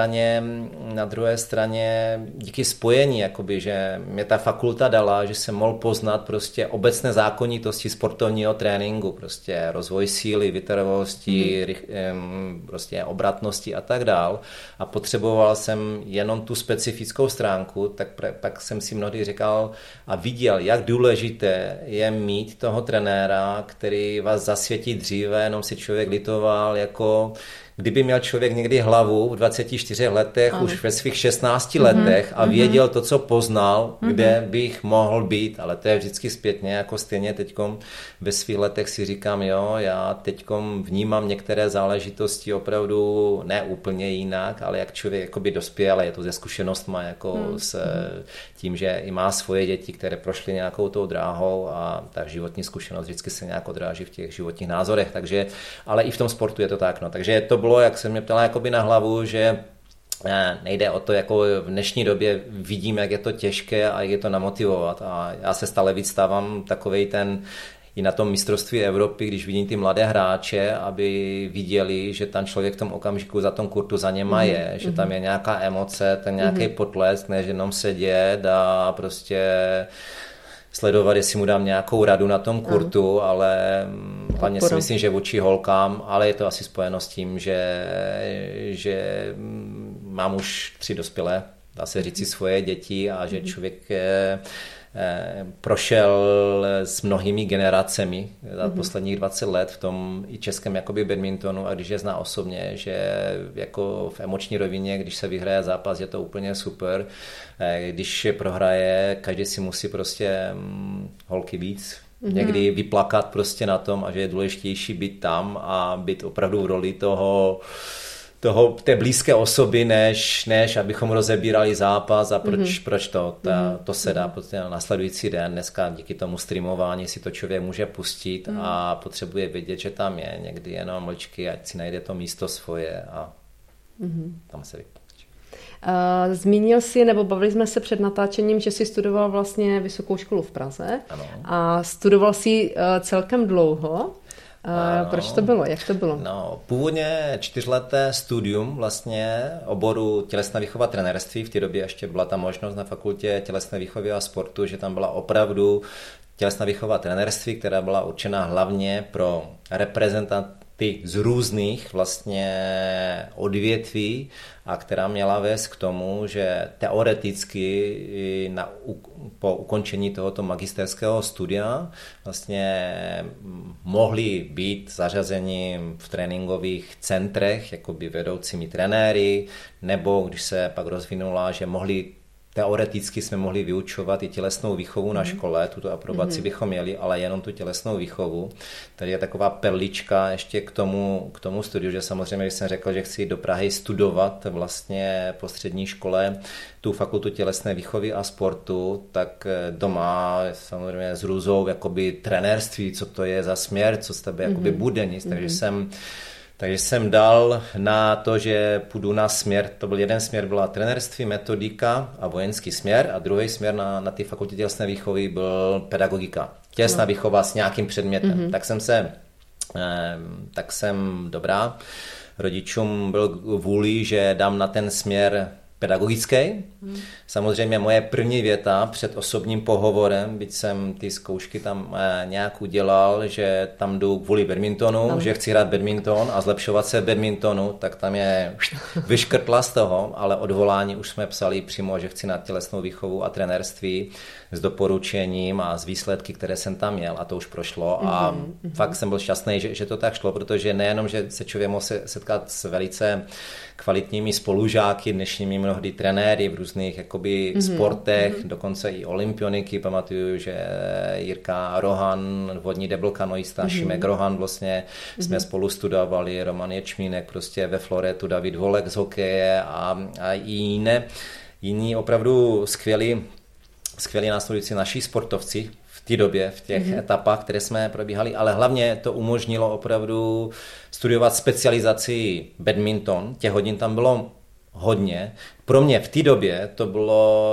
druhé straně díky spojení, jakoby, že mě ta fakulta dala, že jsem mohl poznat prostě obecné zákonitosti sportovního tréninku, prostě rozvoj síly, vytrvalosti, prostě obratnosti a tak dál. A potřeboval jsem jenom tu specifickou stránku, tak pak jsem si mnohdy říkal a viděl, jak důležité je mít toho trenéra, který vás zasvětí dříve, jenom si člověk litoval, jako kdyby měl člověk někdy hlavu v 24 letech, už ve svých 16 letech a věděl to, co poznal, kde bych mohl být, ale to je vždycky zpětně, jako stejně teďkom ve svých letech si říkám, jo, já teďkom vnímám některé záležitosti opravdu ne úplně jinak, ale jak člověk jakoby dospěl, ale je to ze zkušenostma, jako s tím, že i má svoje děti, které prošly nějakou tou dráhou a ta životní zkušenost vždycky se nějak odráží v těch životních názorech, takže, ale i v tom sportu je to tak, no, takže to bylo, jak se mě ptala jakoby na hlavu, že nejde o to, jako v dnešní době vidím, jak je to těžké a jak je to namotivovat a já se stále víc stávám takovej ten i na tom mistrovství Evropy, když vidím ty mladé hráče, aby viděli, že ten člověk v tom okamžiku za tom kurtu za něma je, že tam je nějaká emoce, ten nějaký potlesk, ne, že jenom sedět a prostě sledovat, jestli mu dám nějakou radu na tom kurtu, ale hlavně si myslím, že vůči holkám, ale je to asi spojeno s tím, že mám už 3 dospělé, dá se říct, svoje děti a že člověk prošel s mnohými generacemi za posledních 20 let v tom i českém jakoby badmintonu, a když je zná osobně, že jako v emoční rovině, když se vyhraje zápas, je to úplně super. Když prohraje, každý si musí prostě holky víc někdy vyplakat prostě na tom, a že je důležitější být tam a být opravdu v roli té blízké osoby, než abychom rozebírali zápas, a proč to se dá prostě na následující den. Dneska díky tomu streamování si to člověk může pustit a potřebuje vědět, že tam je. Někdy jenom mlčky, ať si najde to místo svoje a tam se vyplaká. Zmínil jsi, nebo bavili jsme se před natáčením, že jsi studoval vlastně vysokou školu v Praze. Ano. A studoval jsi celkem dlouho. Proč to bylo? Jak to bylo? No, původně 4leté studium vlastně oboru tělesná výchova trenérství. V té době ještě byla ta možnost na fakultě tělesné výchovy a sportu, že tam byla opravdu tělesná výchova trenérství, která byla určená hlavně pro reprezentanty z různých vlastně odvětví, a která měla vést k tomu, že teoreticky po ukončení tohoto magisterského studia vlastně mohli být zařazeni v tréninkových centrech jakoby vedoucími trenéry, nebo když se pak rozvinula, že teoreticky jsme mohli vyučovat i tělesnou výchovu na škole, tuto aprobaci bychom měli, ale jenom tu tělesnou výchovu. Tady je taková perlička ještě k tomu studiu, že samozřejmě, když jsem řekl, že chci do Prahy studovat vlastně po střední škole tu fakultu tělesné výchovy a sportu, tak doma samozřejmě s hrůzou jakoby trenérství, co to je za směr, co z tebe jakoby bude nic, takže jsem dal na to, že půjdu na směr, to byl jeden směr, byla trenérství, metodika a vojenský směr, a druhý směr na té fakultě tělesné výchovy byl pedagogika. Tělesná výchova s nějakým předmětem. Tak jsem dobrá. Rodičům byl vůli, že dám na ten směr pedagogický. Samozřejmě moje první věta před osobním pohovorem, byť jsem ty zkoušky tam nějak udělal, že tam jdu kvůli badmintonu, že chci hrát badminton a zlepšovat se v badmintonu, tak tam je vyškrtla z toho, ale odvolání už jsme psali přímo, že chci na tělesnou výchovu a trenérství s doporučením a s výsledky, které jsem tam měl, a to už prošlo a fakt jsem byl šťastný, že to tak šlo, protože nejenom, že se člověk mohl setkat s velice kvalitními spolužáky, dnešními mnohdy trenéry v různých jakoby sportech, dokonce i olympioniky, pamatuju, že Jirka Rohan, vodní deblkanoista, Šimek Rohan vlastně, jsme spolu studovali, Roman Ječmínek prostě ve Floretu, David Volek z hokeje a i jiní opravdu skvělí následující naši sportovci v té době, v těch etapách, které jsme probíhali, ale hlavně to umožnilo opravdu studovat specializaci badminton. Těch hodin tam bylo hodně. Pro mě v té době to bylo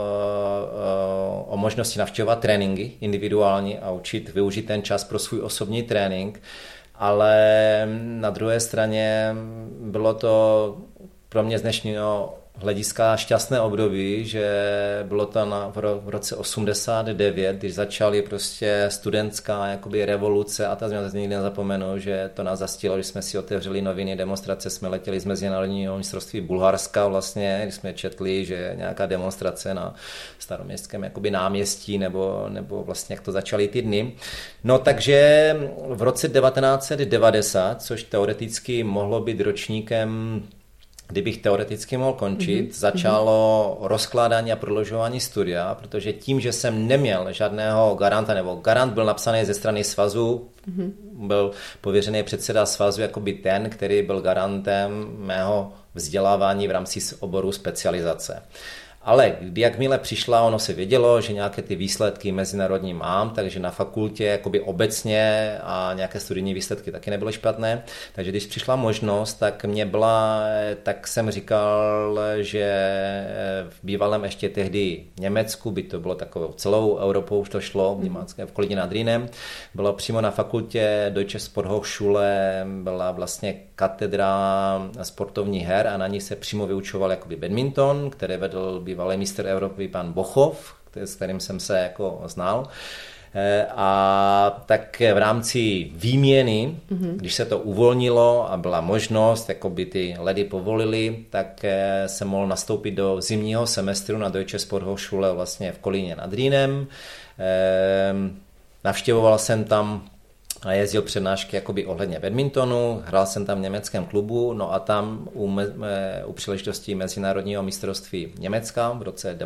o možnosti navštěvovat tréninky individuální a využít ten čas pro svůj osobní trénink, ale na druhé straně bylo to pro mě z dnešního hlediska šťastné období, že bylo to v roce 89, když začaly prostě studentská jakoby revoluce a ta změna, nikdy nezapomenu, že to nás zastihlo, když jsme si otevřeli noviny, demonstrace, jsme letěli z mezinárodního mistrovství Bulharska vlastně, když jsme četli, že nějaká demonstrace na staroměstském jakoby náměstí, nebo vlastně jak to začaly ty dny. No takže v roce 1990, což teoreticky mohlo být ročníkem, kdybych teoreticky mohl končit, začalo rozkládání a prodlužování studia, protože tím, že jsem neměl žádného garanta, nebo garant byl napsaný ze strany svazu, byl pověřený předseda svazu jakoby ten, který byl garantem mého vzdělávání v rámci oboru specializace. Ale jakmile přišla, ono se vědělo, že nějaké ty výsledky mezinárodní mám, takže na fakultě jakoby obecně a nějaké studijní výsledky taky nebyly špatné. Takže když přišla možnost, tak jsem říkal, že v bývalém ještě tehdy Německu, by to bylo takovou celou Evropou, už to šlo, v Kolíně nad Rýnem, bylo přímo na fakultě Deutsche Sporthochschule, byla vlastně katedra sportovních her a na ní se přímo vyučoval jakoby badminton, který vedl bývalý mistr Evropy pan Bochov, s kterým jsem se jako znal. A tak v rámci výměny, když se to uvolnilo a byla možnost, jako by ty ledy povolili, tak jsem mohl nastoupit do zimního semestru na Deutsche Sporthochschule vlastně v Kolíně nad Rýnem. Navštěvoval jsem tam a jezdil přednášky jakoby ohledně badmintonu, hrál jsem tam v německém klubu, no a tam u příležitosti Mezinárodního mistrovství Německa v roce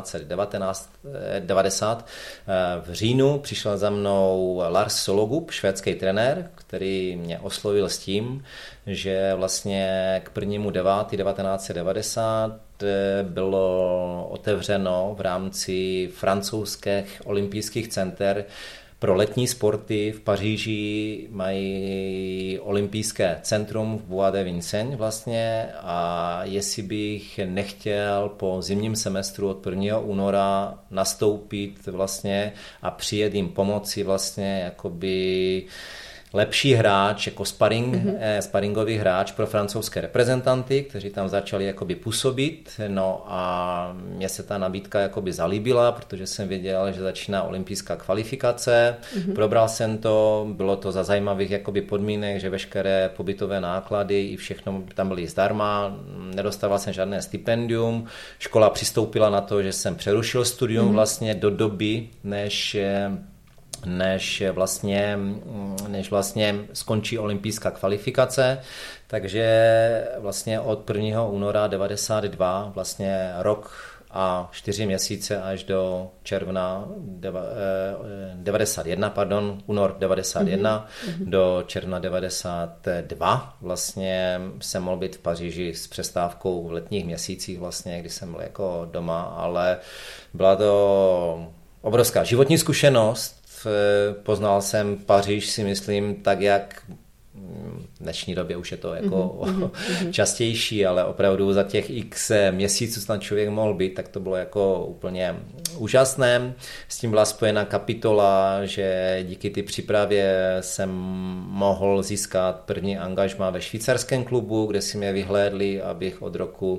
1990 v říjnu přišel za mnou Lars Sologub, švédský trenér, který mě oslovil s tím, že vlastně k 1.9.1990 bylo otevřeno v rámci francouzských olympijských center pro letní sporty v Paříži, mají olympijské centrum v Bois de Vincennes vlastně, a jestli bych nechtěl po zimním semestru od 1. února nastoupit vlastně a přijet jim pomoci vlastně jakoby lepší hráč, jako sparingový hráč pro francouzské reprezentanty, kteří tam začali jakoby působit. No a mně se ta nabídka jakoby zalíbila, protože jsem věděl, že začíná olympijská kvalifikace. Probral jsem to, bylo to za zajímavých jakoby podmínek, že veškeré pobytové náklady i všechno tam byly zdarma, nedostával jsem žádné stipendium. Škola přistoupila na to, že jsem přerušil studium vlastně do doby, než vlastně skončí olympijská kvalifikace, takže vlastně od 1. února 92 vlastně rok a 4 měsíce až do června 91, únor 91 do června 92 vlastně jsem mohl být v Paříži s přestávkou v letních měsících vlastně, kdy jsem byl jako doma, ale byla to obrovská životní zkušenost. Poznal jsem Paříž, si myslím, tak jak v dnešní době už je to jako častější, ale opravdu za těch x měsíců, co tam člověk mohl být, tak to bylo jako úplně úžasné. S tím byla spojena kapitola, že díky ty přípravě jsem mohl získat první angažmá ve švýcarském klubu, kde si mě vyhlédli, abych od roku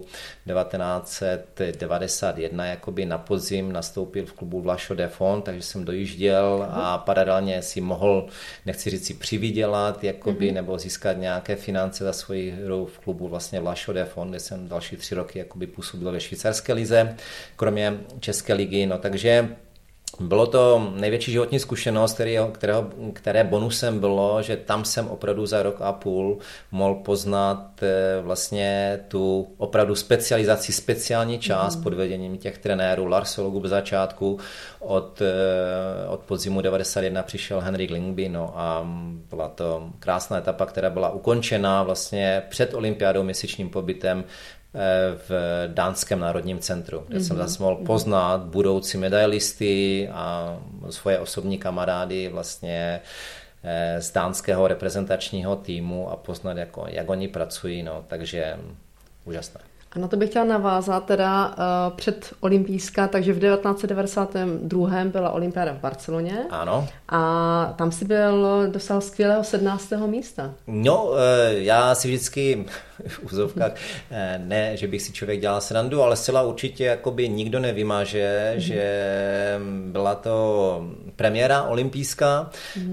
1991 jakoby na podzim nastoupil v klubu La Chaux-de-Fonds, takže jsem dojížděl a paralelně si mohl, nechci říct si přivydělat, jakoby, nebo získat nějaké finance za svoji hru v klubu vlastně La Chaux-de-Fonds, kde jsem další 3 roky jakoby působil ve švýcarské lize, kromě české ligy, no takže bylo to největší životní zkušenost, které bonusem bylo, že tam jsem opravdu za rok a půl mohl poznat vlastně tu opravdu specializaci, speciální část pod vedením těch trenérů. Lars Sologub v začátku, od podzimu 91 přišel Henrik Lyngby, no a byla to krásná etapa, která byla ukončena vlastně před olympiádou měsíčním pobytem v Dánském národním centru, kde jsem zase mohl poznat budoucí medailisty a svoje osobní kamarády vlastně z dánského reprezentačního týmu a poznat, jak oni pracují, no, takže úžasné. A na to bych chtěla navázat teda před olympijská, takže v 1992 byla olympiáda v Barceloně. Ano. A tam si dosáhl skvělého 17. místa. No, já si vždycky v úzovkách, ne, že bych si člověk dělal srandu, ale zcela určitě jakoby nikdo nevymaže, že byla to premiéra olympijská,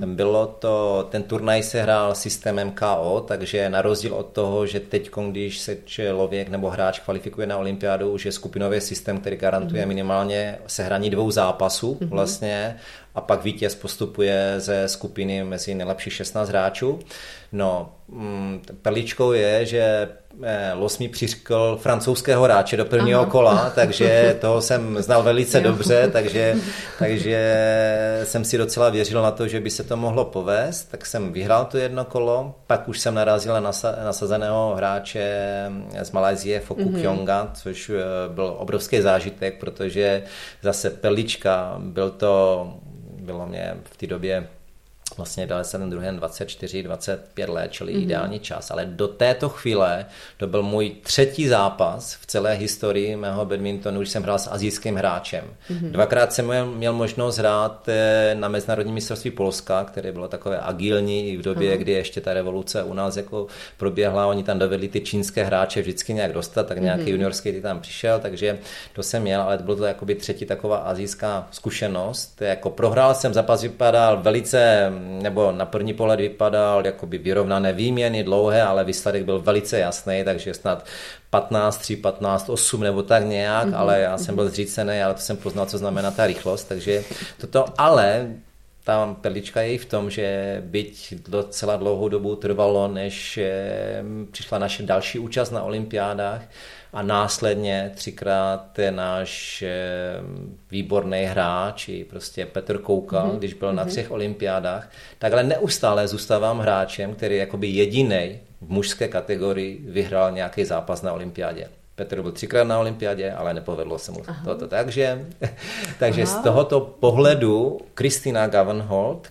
ten turnaj se hrál systémem KO, takže na rozdíl od toho, že teď, když se člověk nebo hráč kvalifikuje na olympiádu, už je skupinový systém, který garantuje minimálně sehraní 2 zápasů vlastně, a pak vítěz postupuje ze skupiny mezi nejlepších 16 hráčů. No, perličkou je, že los mi přiřkl francouzského hráče do prvního kola, takže toho jsem znal velice dobře, takže jsem si docela věřil na to, že by se to mohlo povést, tak jsem vyhrál to jedno kolo, pak už jsem narazil na nasazeného hráče z Malajsie, Foku Kyonga, což byl obrovský zážitek, protože zase perlička, bylo mě v té době vlastně v 92. 24, 25 let, čili ideální čas. Ale do této chvíle to byl můj 3. zápas v celé historii mého badmintonu, když jsem hrál s asijským hráčem. 2krát jsem měl možnost hrát na mezinárodní mistrovství Polska, které bylo takové agilní i v době, kdy ještě ta revoluce u nás jako proběhla. Oni tam dovedli ty čínské hráče vždycky nějak dostat, tak nějaký juniorský ty tam přišel, takže to jsem měl, ale bylo to jakoby 3. taková asijská zkušenost. Jako prohrál jsem, zápas vypadal velice, nebo na první pohled vypadal jakoby vyrovnané výměny, dlouhé, ale výsledek byl velice jasný, takže snad 15-3, 15-8 nebo tak nějak, ale já jsem byl zřícený, ale to jsem poznal, co znamená ta rychlost, takže toto, ale ta perlička je i v tom, že byť docela dlouhou dobu trvalo, než přišla naše další účast na olympiádách a následně 3krát náš výborný hráč, i prostě Petr Koukal, když byl na 3 olympiádách, takhle neustále zůstávám hráčem, který jakoby jedinej v mužské kategorii vyhrál nějaký zápas na olympiádě. Petr byl 3krát na olympiádě, ale nepovedlo se mu toto. Takže z tohoto pohledu Kristina Gavenholt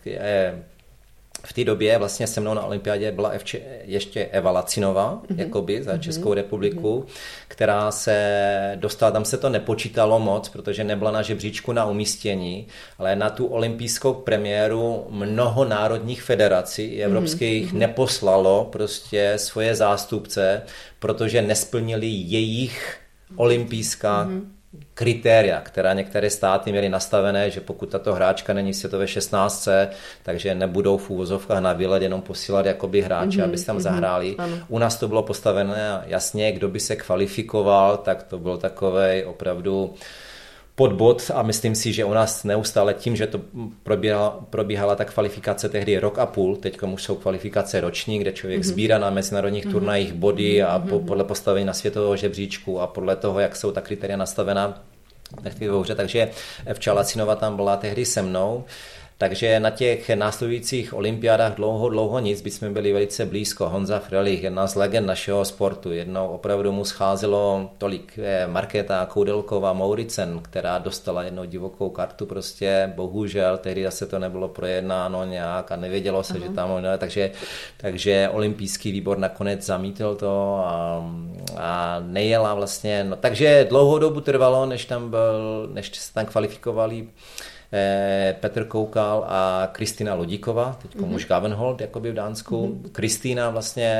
v té době vlastně se mnou na olympiádě byla ještě Eva Lacinová, jakoby za Českou republiku, která se dostala, tam se to nepočítalo moc, protože nebyla na žebříčku na umístění, ale na tu olympijskou premiéru mnoho národních federací evropských neposlalo prostě svoje zástupce, protože nesplnili jejich olympijská kritéria, která některé státy měly nastavené, že pokud tato hráčka není světové 16, takže nebudou v úvozovkách na výlet jenom posílat jakoby hráče, aby se tam zahráli. U nás to bylo postavené jasně, kdo by se kvalifikoval, tak to byl takovej opravdu podbod a myslím si, že u nás neustále tím, že to probíhala ta kvalifikace tehdy rok a půl, teď už jsou kvalifikace roční, kde člověk sbírá na mezinárodních turnajích body a podle postavení na světového žebříčku a podle toho, jak jsou ta kritéria nastavená, takže Evča Lacinova tam byla tehdy se mnou. Takže na těch následujících olympiádách dlouho nic, byť jsme byli velice blízko. Honza Frelich, jedna z legend našeho sportu, jednou opravdu mu scházelo tolik. Markéta Koudelková Mauricen, která dostala jednou divokou kartu, prostě bohužel, tehdy zase to nebylo projednáno nějak a nevědělo se, že tam, takže olympijský výbor nakonec zamítl to a nejela vlastně. No, takže dlouhou dobu trvalo, než se tam kvalifikovali Petr Koukal a Kristina Lodíková, teď už Gavenholt, jakoby v Dánsku. Kristýna vlastně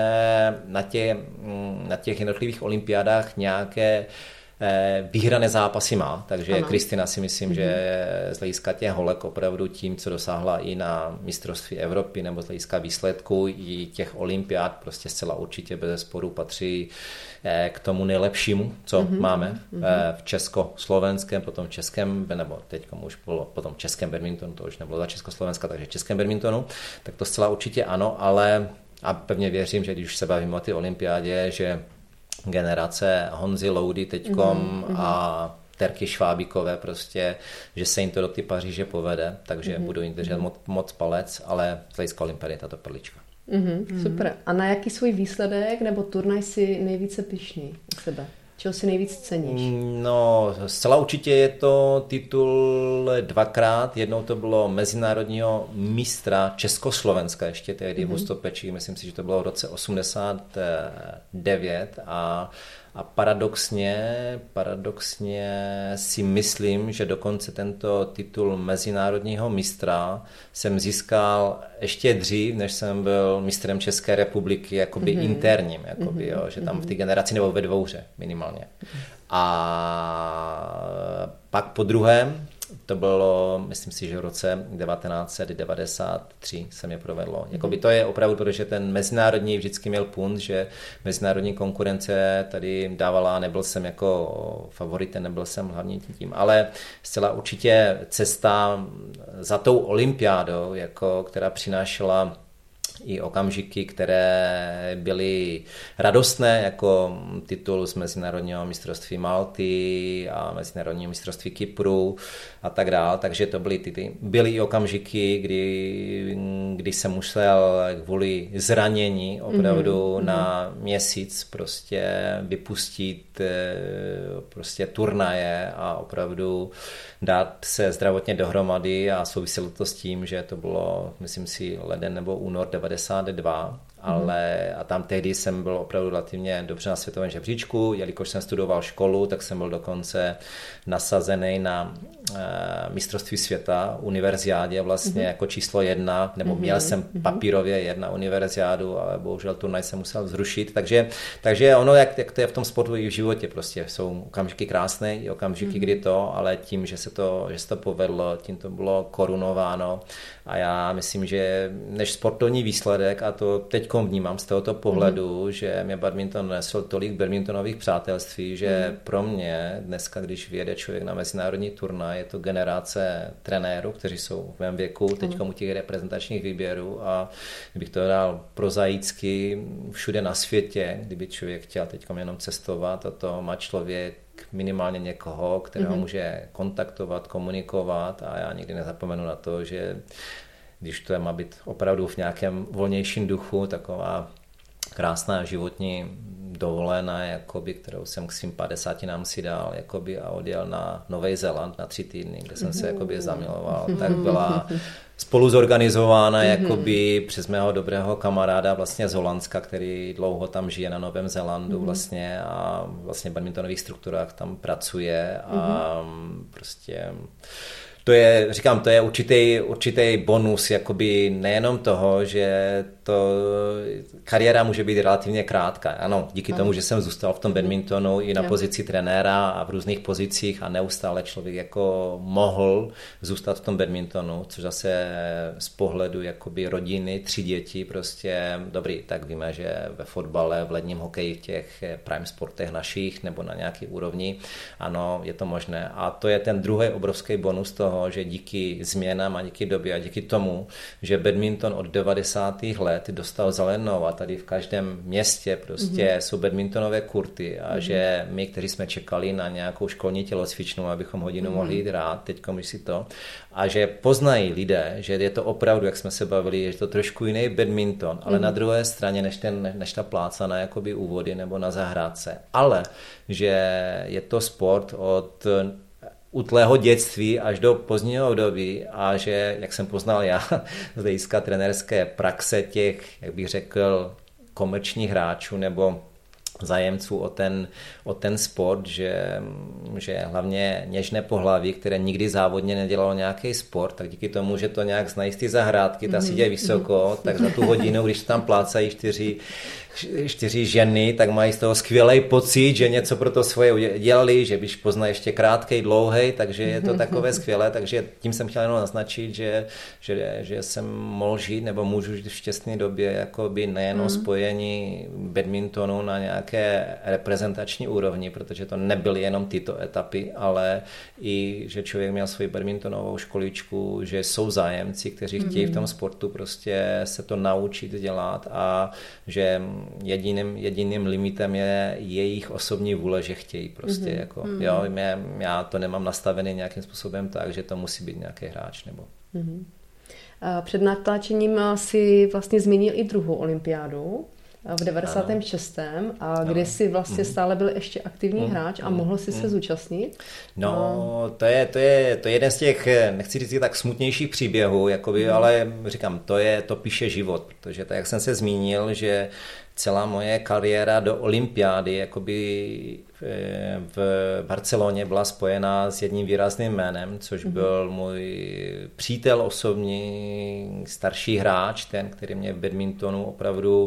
na těch jednotlivých olympiádách nějaké vyhrané zápasy má, takže Kristina si myslím, že z hlediska těch holek opravdu tím, co dosáhla i na mistrovství Evropy nebo z hlediska výsledků i těch olympiád, prostě zcela určitě bez sporu patří k tomu nejlepšímu, co máme v československém, potom v českém, nebo teď už bylo potom v českém badmintonu, to už nebylo za Československa, takže v českém badmintonu, tak to zcela určitě ano, ale a pevně věřím, že když už se bavíme o ty olympiádě, že generace Honzy Loudy teďkom a Terky Švábíkové prostě, že se jim to do ty Paříže povede, takže budu jim držet moc palec, ale z hlediska olympiády je tato perlička. Super. A na jaký svůj výsledek nebo turnaj si nejvíce pyšný u sebe? Čeho si nejvíc ceníš? No, zcela určitě je to titul 2krát. Jednou to bylo mezinárodního mistra Československa, ještě tehdy v Hustopeči. Myslím si, že to bylo v roce 89 a paradoxně si myslím, že dokonce tento titul mezinárodního mistra jsem získal ještě dřív, než jsem byl mistrem České republiky, jakoby interním, jakoby, jo, že tam v té generaci nebo ve dvouře minimálně. A pak po druhém, to bylo, myslím si, že v roce 1993 se mě provedlo. Jakoby to je opravdu, protože ten mezinárodní vždycky měl punt, že mezinárodní konkurence tady dávala, nebyl jsem jako favorit, nebyl jsem hlavní tím, ale zcela určitě cesta za tou olympiádou, jako, která přinášela i okamžiky, které byly radostné, jako titul z Mezinárodního mistrovství Malty a Mezinárodního mistrovství Kypru a tak dále. Takže to byly i okamžiky, kdy jsem musel kvůli zranění opravdu na měsíc prostě vypustit prostě turnaje a opravdu dát se zdravotně dohromady a souviselo to s tím, že to bylo, myslím si, leden nebo únor 92, ale a tam tehdy jsem byl opravdu relativně dobře na světovém žebříčku, jelikož jsem studoval školu, tak jsem byl dokonce nasazený na mistrovství světa, univerziádě vlastně jako číslo 1, nebo měl jsem papírově 1 univerziádu, ale bohužel turnaj jsem musel zrušit, takže ono, jak to je v tom sportu i v životě, prostě jsou okamžiky krásné, i okamžiky, kdy to, ale tím, že se to povedlo, tím to bylo korunováno a já myslím, že než sportovní výsledek, a to teď vnímám z tohoto pohledu, že mě badminton nesl tolik badmintonových přátelství, že pro mě dneska, když vyjede člověk na mezinárodní turnaj, je to generace trenérů, kteří jsou v mém věku, teď u těch reprezentačních výběrů a kdybych to dal prozaicky všude na světě, kdyby člověk chtěl teď jenom cestovat a to má člověk minimálně někoho, kterého může kontaktovat, komunikovat a já nikdy nezapomenu na to, že když to má být opravdu v nějakém volnějším duchu, taková krásná životní dovolená, jakoby, kterou jsem k svým 50 si dal jakoby, a odjel na Nový Zéland na 3 týdny, kde jsem se jakoby zamiloval, tak byla spolu zorganizována jakoby přes mého dobrého kamaráda vlastně z Holandska, který dlouho tam žije na Novém Zélandu vlastně a vlastně v badmintonových strukturách tam pracuje a prostě to je, říkám, to je určitý bonus, jakoby nejenom toho, že to kariéra může být relativně krátká. Ano, díky tomu, že jsem zůstal v tom badmintonu i na pozici trenéra a v různých pozicích a neustále člověk jako mohl zůstat v tom badmintonu, což zase z pohledu jakoby rodiny, 3 děti, prostě dobrý, tak víme, že ve fotbale, v ledním hokeji, v těch prime sportech našich nebo na nějaké úrovni, ano, je to možné. A to je ten druhý obrovský bonus toho, že díky změnám a díky době a díky tomu, že badminton od 90. let dostal zelenou a tady v každém městě prostě jsou badmintonové kurty a že my, kteří jsme čekali na nějakou školní tělocvičnu, abychom hodinu mohli jít hrát, teďko si to, a že poznají lidé, že je to opravdu, jak jsme se bavili, je to trošku jiný badminton, ale na druhé straně než ta pláca na jakoby úvody nebo na zahrádce, ale že je to sport od útlého dětství až do pozdního období a že, jak jsem poznal já, z hlediska trenérské praxe těch, jak bych řekl, komerčních hráčů nebo zájemců o ten sport, že hlavně něžné pohlaví, které nikdy závodně nedělalo nějaký sport, tak díky tomu, že to nějak znají z ty zahrádky, ta si jde vysoko, tak za tu hodinu, když tam plácají 4 ženy, tak mají z toho skvělý pocit, že něco pro to svoje dělali, že když poznají ještě krátkej, dlouhej, takže je to takové skvělé, takže tím jsem chtěl jenom naznačit, že jsem mohl žít nebo můžu žít v šťastné době jakoby nejenom spojení badmintonu na nějaké reprezentační úrovni, protože to nebyly jenom tyto etapy, ale i, že člověk měl svoji badmintonovou školičku, že jsou zájemci, kteří chtějí v tom sportu prostě se to naučit dělat a že jediným limitem je jejich osobní vůle, že chtějí prostě jako, jo, já to nemám nastavený nějakým způsobem tak, že to musí být nějaký hráč nebo. Před natáčením si vlastně zmínil i druhou olympiádu v 96. a kde si vlastně stále byl ještě aktivní hráč a mohl si se zúčastnit? No, to je jeden z těch, nechci říct tak smutnějších příběhů, jakoby, ale říkám, to píše život, protože tak, jak jsem se zmínil, že celá moje kariéra do olympiády jakoby v Barceloně byla spojená s jedním výrazným jménem, což byl můj přítel osobní, starší hráč, ten, který mě v badmintonu opravdu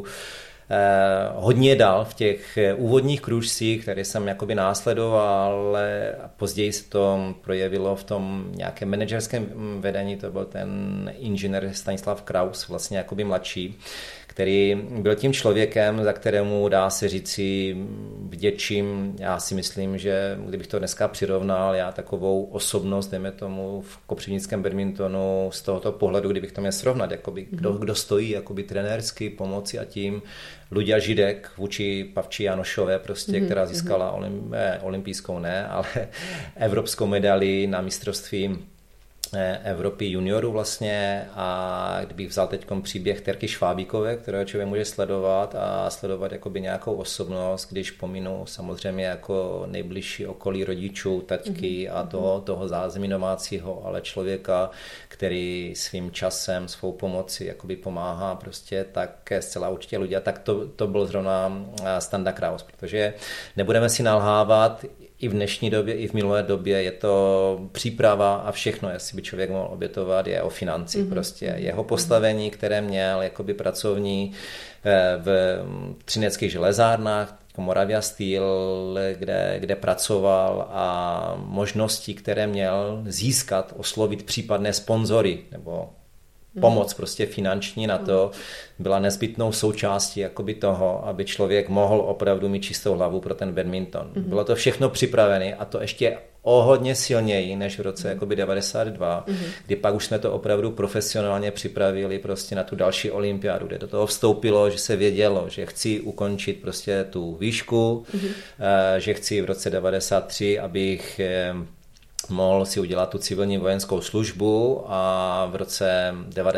hodně dal v těch úvodních kružcích, které jsem jakoby následoval, ale později se to projevilo v tom nějakém manažerském vedení, to byl ten inženýr Stanislav Kraus, vlastně jakoby mladší, který byl tím člověkem, za kterému dá se říci vděčím. Já si myslím, že kdybych to dneska přirovnal, já takovou osobnost, dejme tomu v kopřivnickém badmintonu z tohoto pohledu, kdybych to měl srovnat, jakoby, kdo stojí jakoby trenérsky pomoci a tím Luďa Židek vůči Pavči Janošové, prostě, která získala olympijskou ale evropskou medaili na mistrovství Evropy juniorů vlastně, a kdybych vzal teď příběh Terky Švábíkové, kterého člověk může sledovat a sledovat jakoby nějakou osobnost, když pominu samozřejmě jako nejbližší okolí rodičů, taťky a toho zázemí domácího, ale člověka, který svým časem, svou pomocí jakoby pomáhá prostě, tak zcela určitě lidé, tak to byl zrovna Standa Kraus, protože nebudeme si nalhávat, i v dnešní době, i v minulé době je to příprava a všechno, jestli by člověk mohl obětovat, je o financi. Prostě jeho postavení, které měl jakoby pracovní v třineckých železárnách, Moravia Steel, kde pracoval, a možnosti, které měl získat, oslovit případné sponzory nebo pomoc prostě finanční na to, byla nezbytnou součástí jakoby toho, aby člověk mohl opravdu mít čistou hlavu pro ten badminton. Bylo to všechno připravené, a to ještě o hodně silněji než v roce jakoby 92, kdy pak už jsme to opravdu profesionálně připravili prostě na tu další olympiádu, kde do toho vstoupilo, že se vědělo, že chci ukončit prostě tu výšku, že chci v roce 93, abych mohl si udělat tu civilní vojenskou službu, a v roce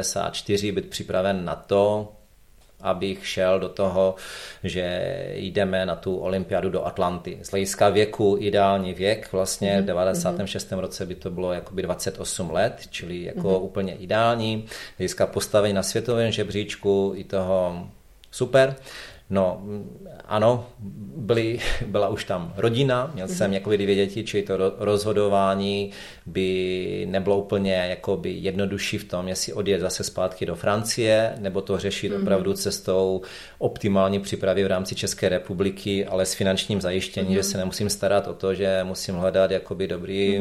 94 být připraven na to, abych šel do toho, že jdeme na tu olympiádu do Atlanty. Z hlediska věku ideální věk, vlastně v 96. roce by to bylo jakoby 28 let, čili jako úplně ideální. Z hlediska postavení na světovém žebříčku i toho super. No, ano, byla už tam rodina, měl jsem jakoby 2 děti, čili to rozhodování by nebylo úplně jakoby jednodušší v tom, jestli odjet zase zpátky do Francie, nebo to řešit opravdu cestou optimální přípravy v rámci České republiky, ale s finančním zajištěním, že se nemusím starat o to, že musím hledat jakoby dobrý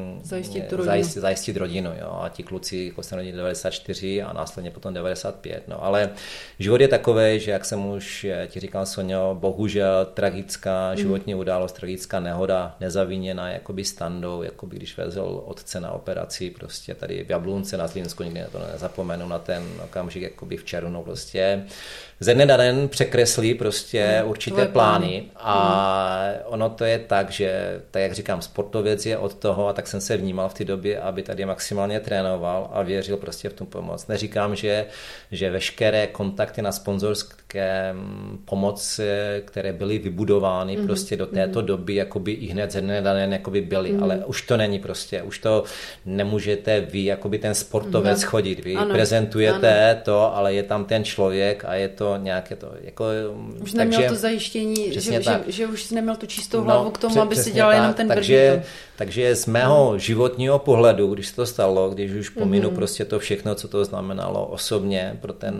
zajistit rodinu. Jo? A ti kluci jako se rodili 94 a následně potom 95. No, ale život je takovej, že jak jsem už ti říkal, Sonjo, bohužel tragická životní událost, tragická nehoda, nezaviněná jakoby Standou, jakoby když vezl otce na operaci prostě tady v Jablunce na Zlínsku, nikdy to nezapomenu na ten okamžik jakoby v červnu prostě. Ze dne na den překreslí prostě určité plány a ono to je tak, že tak jak říkám, sportověc je od toho, a tak jsem se vnímal v té době, aby tady maximálně trénoval a věřil prostě v tu pomoc. Neříkám, že veškeré kontakty na sponzorské pomoc, které byly vybudovány prostě do této doby, jakoby i hned ze dne na den jakoby byly, ale už to není prostě, už to nemůžete vy, jakoby ten sportovec chodit, vy prezentujete to, ale je tam ten člověk a je to nějaké to, jako... Už neměl to zajištění, že už neměl tu čistou hlavu k tomu, aby si dělal jenom ten badminton. Takže z mého životního pohledu, když se to stalo, když už pominu prostě to všechno, co to znamenalo osobně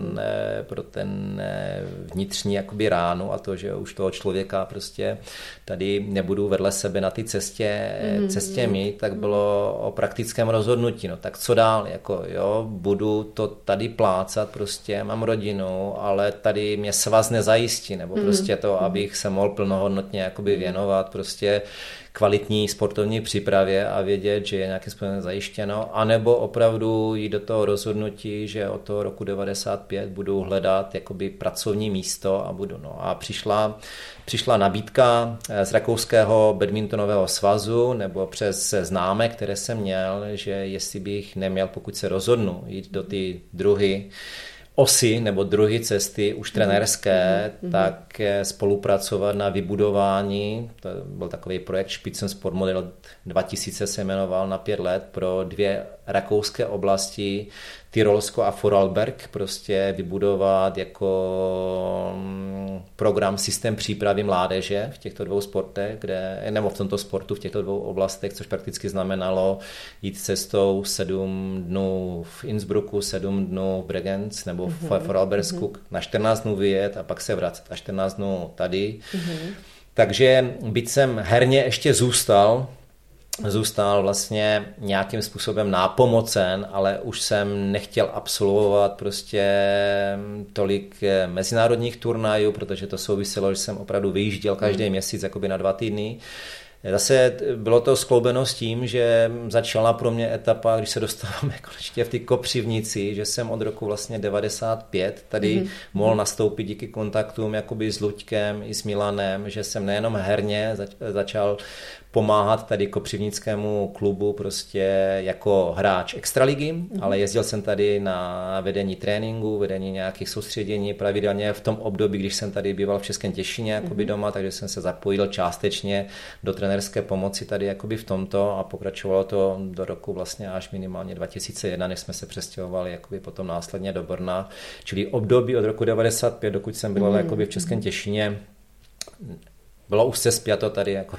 pro ten vnitřní jakoby ránu a to, že už toho člověka prostě tady nebudu vedle sebe na té cestě mít, tak bylo o praktickém rozhodnutí. No tak co dál? Jako, jo, budu to tady plácat, prostě mám rodinu, ale tady mě svaz nezajistí, nebo prostě to, abych se mohl plnohodnotně jakoby věnovat prostě kvalitní sportovní přípravě a vědět, že je nějakým způsobem zajištěno, anebo opravdu jít do toho rozhodnutí, že od toho roku 95 budu hledat jakoby pracovní místo a budu. No a přišla nabídka z Rakouského badmintonového svazu nebo přes známé, které jsem měl, že jestli bych neměl, pokud se rozhodnu jít do ty druhé osy nebo druhé cesty už trenérské, tak spolupracovat na vybudování, to byl takový projekt Spitzensport Model 2000 se jmenoval na 5 let pro 2 rakouské oblasti, Tyrolsko a Vorarlberg, prostě vybudovat jako program, systém přípravy mládeže v těchto 2 sportech, nebo v tomto sportu v těchto 2 oblastech, což prakticky znamenalo jít cestou 7 dnů v Innsbrucku, 7 dnů v Bregenz nebo v Vorarlbergsku, na 14 dnů vyjet a pak se vracet a 14 dnů tady. Takže byť jsem herně ještě zůstal zůstal vlastně nějakým způsobem nápomocen, ale už jsem nechtěl absolvovat prostě tolik mezinárodních turnajů, protože to souviselo, že jsem opravdu vyjížděl každý měsíc jakoby na 2 týdny. Zase bylo to skloubeno s tím, že začala pro mě etapa, když se dostáváme konečně v ty Kopřivnici, že jsem od roku vlastně 95 tady mohl nastoupit díky kontaktům jakoby s Luďkem i s Milanem, že jsem nejenom herně začal pomáhat tady kopřivnickému klubu prostě jako hráč extraligy, ale jezdil jsem tady na vedení tréninku, vedení nějakých soustředění pravidelně v tom období, když jsem tady býval v Českém Těšíně jakoby doma, takže jsem se zapojil částečně do trenérské pomoci tady jakoby v tomto a pokračovalo to do roku vlastně až minimálně 2001, než jsme se přestěhovali jakoby potom následně do Brna, čili období od roku 95, dokud jsem byl jakoby v Českém Těšíně, bylo už se spjato tady jako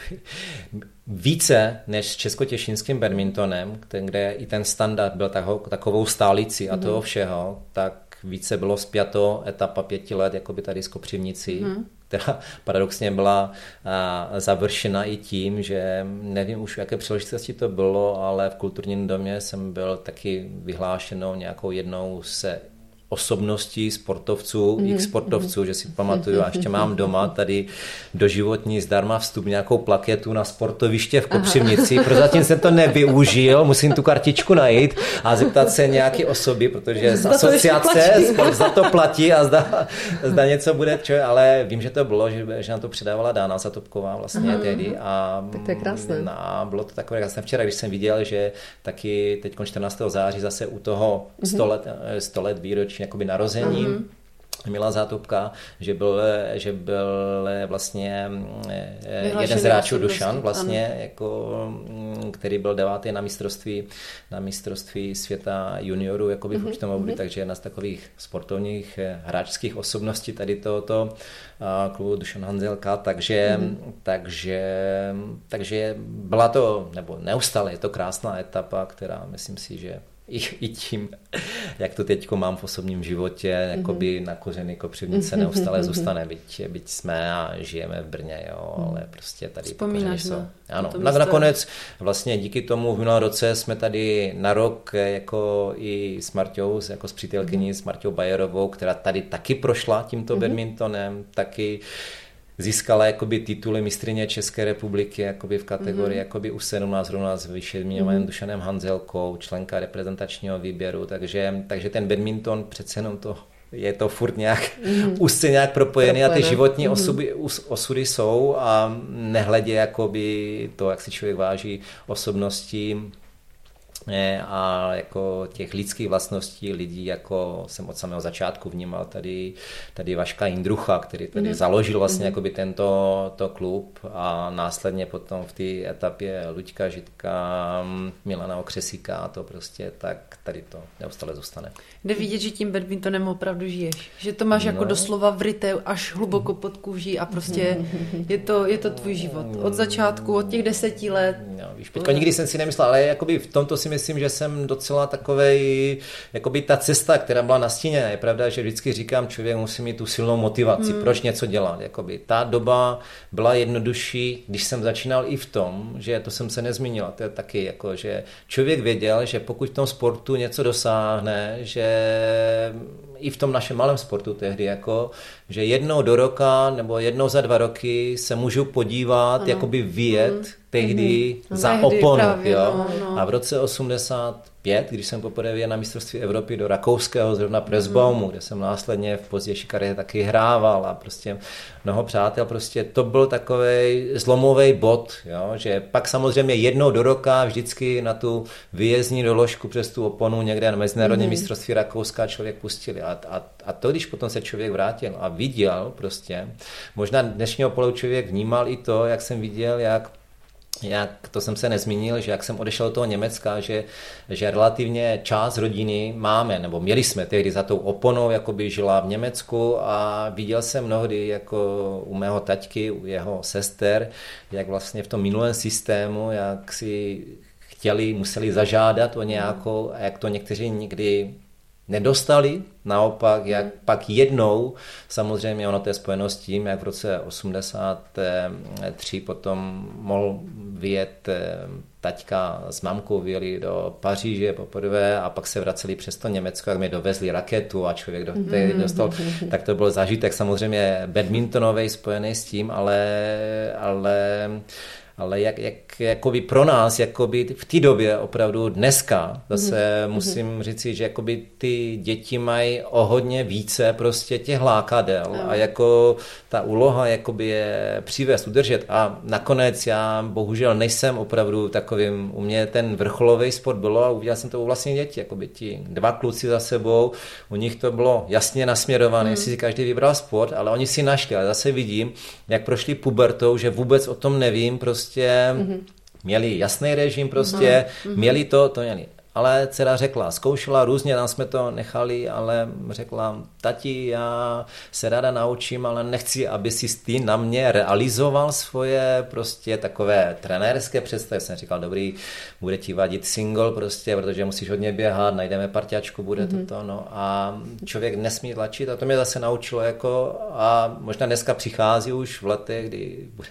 více než s českotěšínským badmintonem, kde i ten standard byl takovou stálicí a toho všeho, tak více bylo spjato etapa 5 let jakoby tady z Kopřivnicí, která paradoxně byla završena i tím, že nevím už, jaké příležitosti to bylo, ale v kulturním domě jsem byl taky vyhlášenou nějakou jednou se osobností sportovců, x sportovců, že si pamatuju, a ještě mám doma tady doživotní zdarma vstup nějakou plaketu na sportoviště v Kopřivnici. Prozatím jsem to nevyužil, musím tu kartičku najít a zeptat se nějaké osoby, protože z asociace sport za to platí a zda něco bude, ale vím, že to bylo, že nám to předávala Dána Zatopková vlastně tehdy a tak to je krásné. A bylo to takové krásné. Včera, když jsem viděl, že taky teď 14. září zase u toho 100 let výročí jakoby narození Mila Zátopka, že byl vlastně jeden z hráčů Dušan, vlastně, jako, který byl 9. na mistrovství světa juniorů jakoby v určitém období, takže jedna z takových sportovních hráčských osobností tady tohoto klubu Dušan Hanzelka, takže byla to, nebo neustále je to krásná etapa, která myslím si, že i tím, jak to teďko mám v osobním životě, jakoby na kořeny Kopřivnice neustále zůstane, byť jsme a žijeme v Brně, jo, ale prostě tady vzpomínáš jsou. Ano, nakonec vlastně díky tomu v minulém roce jsme tady na rok jako i s Marťou, jako s přítelkyní, s Marťou Bajerovou, která tady taky prošla tímto badmintonem, taky získala jakoby tituly mistryně České republiky jakoby v kategorii jakoby U17 zrovna s vyšše zmiňovaným Dušanem Hanzelkou, členka reprezentačního výběru, takže ten badminton přece jenom je to furt nějak úzce nějak propojený a ty životní osudy jsou a nehledě jakoby to, jak si člověk váží osobností a jako těch lidských vlastností lidí, jako jsem od samého začátku vnímal tady Vaška Jindrucha, který tady založil vlastně jakoby tento klub a následně potom v té etapě Luďka Židka, Milana Okřesíka a to prostě tak tady to neustále zůstane. Jde vidět, že tím badmintonem opravdu žiješ, že to máš jako doslova vryté až hluboko pod kůží a prostě je to tvůj život. Od začátku, od těch 10 let. No, víš, Peťko, nikdy jsem si nemyslel, ale jakoby v tomto si myslím, že jsem docela takovej, jakoby ta cesta, která byla nastíněna. Je pravda, že vždycky říkám, člověk musí mít tu silnou motivaci, proč něco dělat. Jakoby ta doba byla jednodušší, když jsem začínal i v tom, že to jsem se nezmínil, to je taky, jako, že člověk věděl, že pokud v tom sportu něco dosáhne, že i v tom našem malém sportu tehdy, jako, že jednou do roka nebo jednou za 2 roky se můžu podívat, jakoby vyjet tehdy za oponu. Právě, jo? No. A v roce 85, když jsem poprvé vyjel na mistrovství Evropy do rakouského zrovna Pressbaumu, kde jsem následně v pozdější kariéře taky hrával a prostě mnoho přátel, prostě to byl takovej zlomový bod, jo? Že pak samozřejmě jednou do roka vždycky na tu výjezdní doložku přes tu oponu někde na mezinárodní mistrovství Rakouska člověk pustili. A to, když potom se člověk vrátil a viděl prostě, možná dnešního pohledu člověk vnímal i to, jak jsem viděl, jak to jsem se nezmínil, že jak jsem odešel do toho Německa, že relativně část rodiny máme, nebo měli jsme tehdy za tou oponou, jakoby žila v Německu a viděl jsem mnohdy jako u mého taťky, u jeho sester, jak vlastně v tom minulém systému, jak si museli zažádat o nějakou, a jak to někteří nikdy nedostali, naopak, jak pak jednou, samozřejmě ono to je spojeno s tím, jak v roce 83 potom mohl vyjet taťka s mamkou, vyjeli do Paříže poprvé a pak se vraceli přes to Německo, jak mi dovezli raketu a člověk dostal, tak to byl zážitek samozřejmě badmintonový spojený s tím, ale jak jakoby pro nás, jakoby v té době opravdu dneska, zase musím říci, že jakoby ty děti mají o hodně více prostě těch lákadel a jako ta úloha jakoby je přivést, udržet a nakonec já bohužel nejsem opravdu takovým, u mě ten vrcholový sport bylo a uviděl jsem to u vlastních dětí, jakoby ti 2 kluci za sebou, u nich to bylo jasně nasměrované, jestli si každý vybral sport, ale oni si našli, ale zase vidím, jak prošli pubertou, že vůbec o tom nevím, prostě měli jasný režim, prostě měli to měli. Ale dcera řekla, zkoušela různě, tam jsme to nechali, ale řekla, tati, já se ráda naučím, ale nechci, aby si ty na mě realizoval svoje prostě takové trenérské představy. Jsem říkal, dobrý, bude ti vadit single prostě, protože musíš hodně běhat, najdeme parťačku, bude toto, no a člověk nesmí tlačit a to mě zase naučilo jako a možná dneska přichází už v letech, kdy bude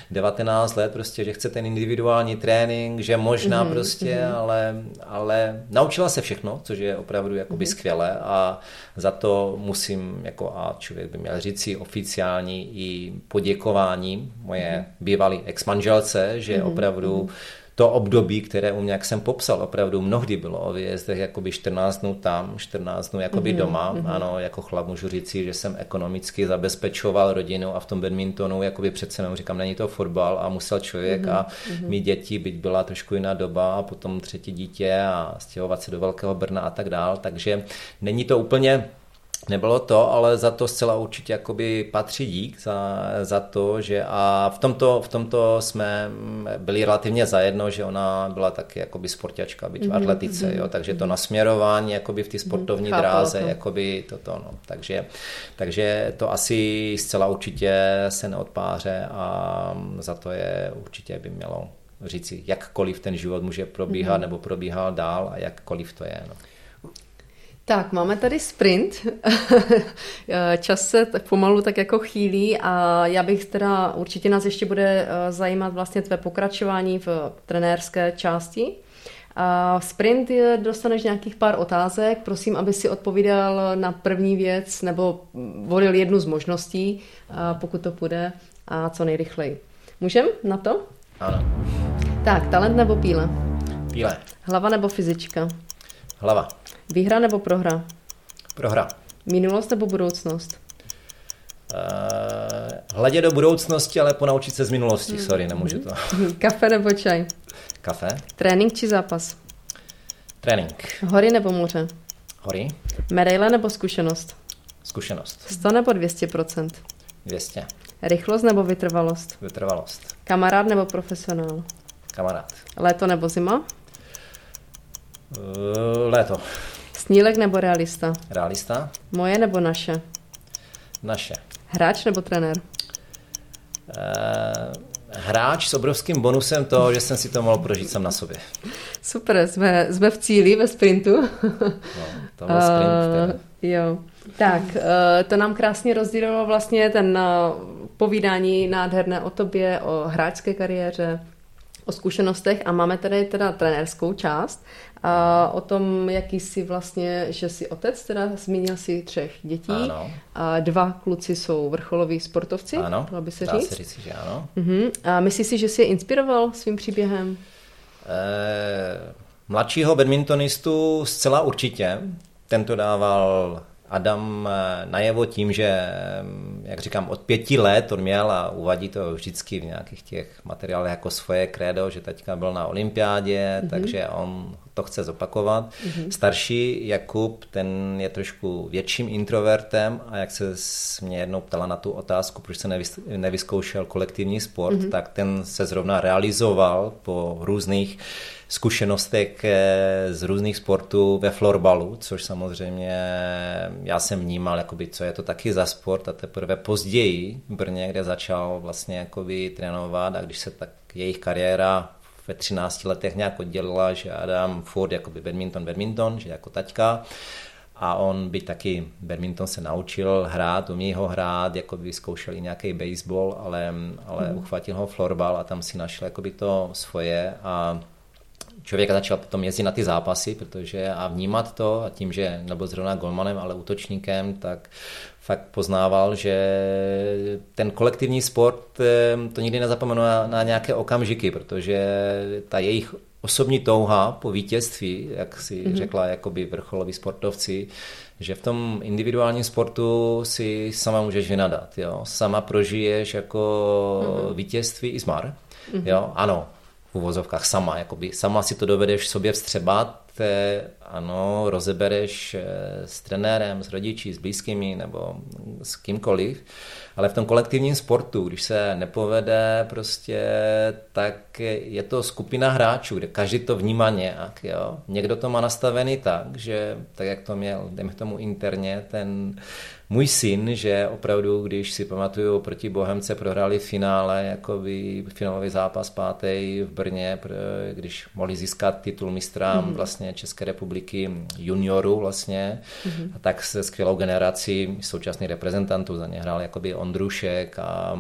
19 let prostě, že chce ten individuální trénink, že možná prostě, ale naučila se všechno, což je opravdu jakoby skvělé a za to musím, jako a člověk by měl říci oficiální i poděkování moje bývalé ex-manželce, že opravdu to období, které u mě, jak jsem popsal, opravdu mnohdy bylo o výjezdech jakoby 14 dnů tam, 14 dnů jakoby doma. Ano, jako chlap můžu říci, že jsem ekonomicky zabezpečoval rodinu a v tom badmintonu jakoby přece jenom říkám, není to fotbal a musel člověk a mít děti, byť byla trošku jiná doba a potom 3. dítě a stěhovat se do Velkého Brna a tak dál, takže není to úplně nebylo to, ale za to zcela určitě jakoby patří dík za to, že a v tomto jsme byli relativně zajedno, že ona byla taky jakoby sportačka, byť v atletice, jo, takže to nasměrování jakoby v té sportovní dráze, jakoby toto, no, takže to asi zcela určitě se neodpáře a za to je určitě by mělo říci, jakkoliv ten život může probíhat nebo probíhal dál a jakkoliv to je, no. Tak, máme tady sprint. Čas se tak pomalu tak jako chýlí a já bych teda, určitě nás ještě bude zajímat vlastně tvé pokračování v trenérské části. Sprint dostaneš nějakých pár otázek, prosím, aby si odpovídal na první věc nebo volil jednu z možností, pokud to půjde a co nejrychleji. Můžem na to? Ano. Tak, talent nebo píle? Píle. Hlava nebo fyzička? Hlava. Výhra nebo prohra? Prohra. Minulost nebo budoucnost? Hledě do budoucnosti, ale ponaučit se z minulosti. Sorry, nemůžu to. Kafe nebo čaj? Kafe. Trénink či zápas? Trénink. Hory nebo moře? Hory. Medaile nebo zkušenost? Zkušenost. 100 nebo 200%? 200. Rychlost nebo vytrvalost? Vytrvalost. Kamarád nebo profesionál? Kamarád. Léto nebo zima? Léto. Snílek nebo realista? Realista. Moje nebo naše? Naše. Hráč nebo trenér? Hráč s obrovským bonusem toho, že jsem si to mohl prožít sám na sobě. Super, jsme v cíli ve sprintu. No, to byl sprint. Jo. Tak, to nám krásně rozdělilo vlastně ten povídání nádherné o tobě, o hráčské kariéře, o zkušenostech a máme tady teda trenérskou část a o tom, jaký jsi vlastně, že jsi otec, teda zmínil si 3 dětí. Ano. A 2 kluci jsou vrcholoví sportovci, ano, dalo by se dá říct. se říct, že ano. A myslíš si, že jsi je inspiroval svým příběhem? Mladšího badmintonistu zcela určitě. Ten to dával Adam najevo tím, že, jak říkám, od 5 let on měl a uvádí to vždycky v nějakých těch materiálech jako svoje krédo, že teďka byl na olympiádě, takže on to chce zopakovat. Starší Jakub, ten je trošku větším introvertem a jak se mě jednou ptala na tu otázku, proč se nevyzkoušel kolektivní sport, tak ten se zrovna realizoval po různých zkušenostech z různých sportů ve florbalu, což samozřejmě já jsem vnímal, jakoby, co je to taky za sport a teprve později v Brně, kde začal vlastně jakoby trénovat a když se tak jejich kariéra ve 13 letech nějak oddělila, že Adam furt jakoby badminton, že jako taťka A on by taky badminton se naučil hrát, umí ho hrát, jako by zkoušel i nějaký baseball, ale uchvatil ho florbal a tam si našel jakoby to svoje a člověk začal potom jezdit na ty zápasy, protože a vnímat to a tím, že nebyl zrovna golmanem, ale útočníkem, tak fakt poznával, že ten kolektivní sport to nikdy nezapomenu na nějaké okamžiky, protože ta jejich osobní touha po vítězství, jak si řekla, jakoby vrcholoví sportovci, že v tom individuálním sportu si sama můžeš vynadat, jo? Sama prožiješ jako vítězství i zmar, jo? Ano, v uvozovkách sama si to dovedeš sobě vstřebat, ano, rozebereš s trenérem, s rodiči, s blízkými nebo s kýmkoliv, ale v tom kolektivním sportu, když se nepovede prostě, tak je to skupina hráčů, kde každý to vnímá nějak, jo. Někdo to má nastavený tak, že tak jak to měl, dejme tomu interně, ten můj syn, že opravdu, když si pamatuju, proti Bohemce prohráli finále, jakoby finálový zápas 5. v Brně, když mohli získat titul mistra vlastně České republiky juniorů vlastně, a tak se skvělou generací současných reprezentantů, za ně hrál jakoby Ondrušek a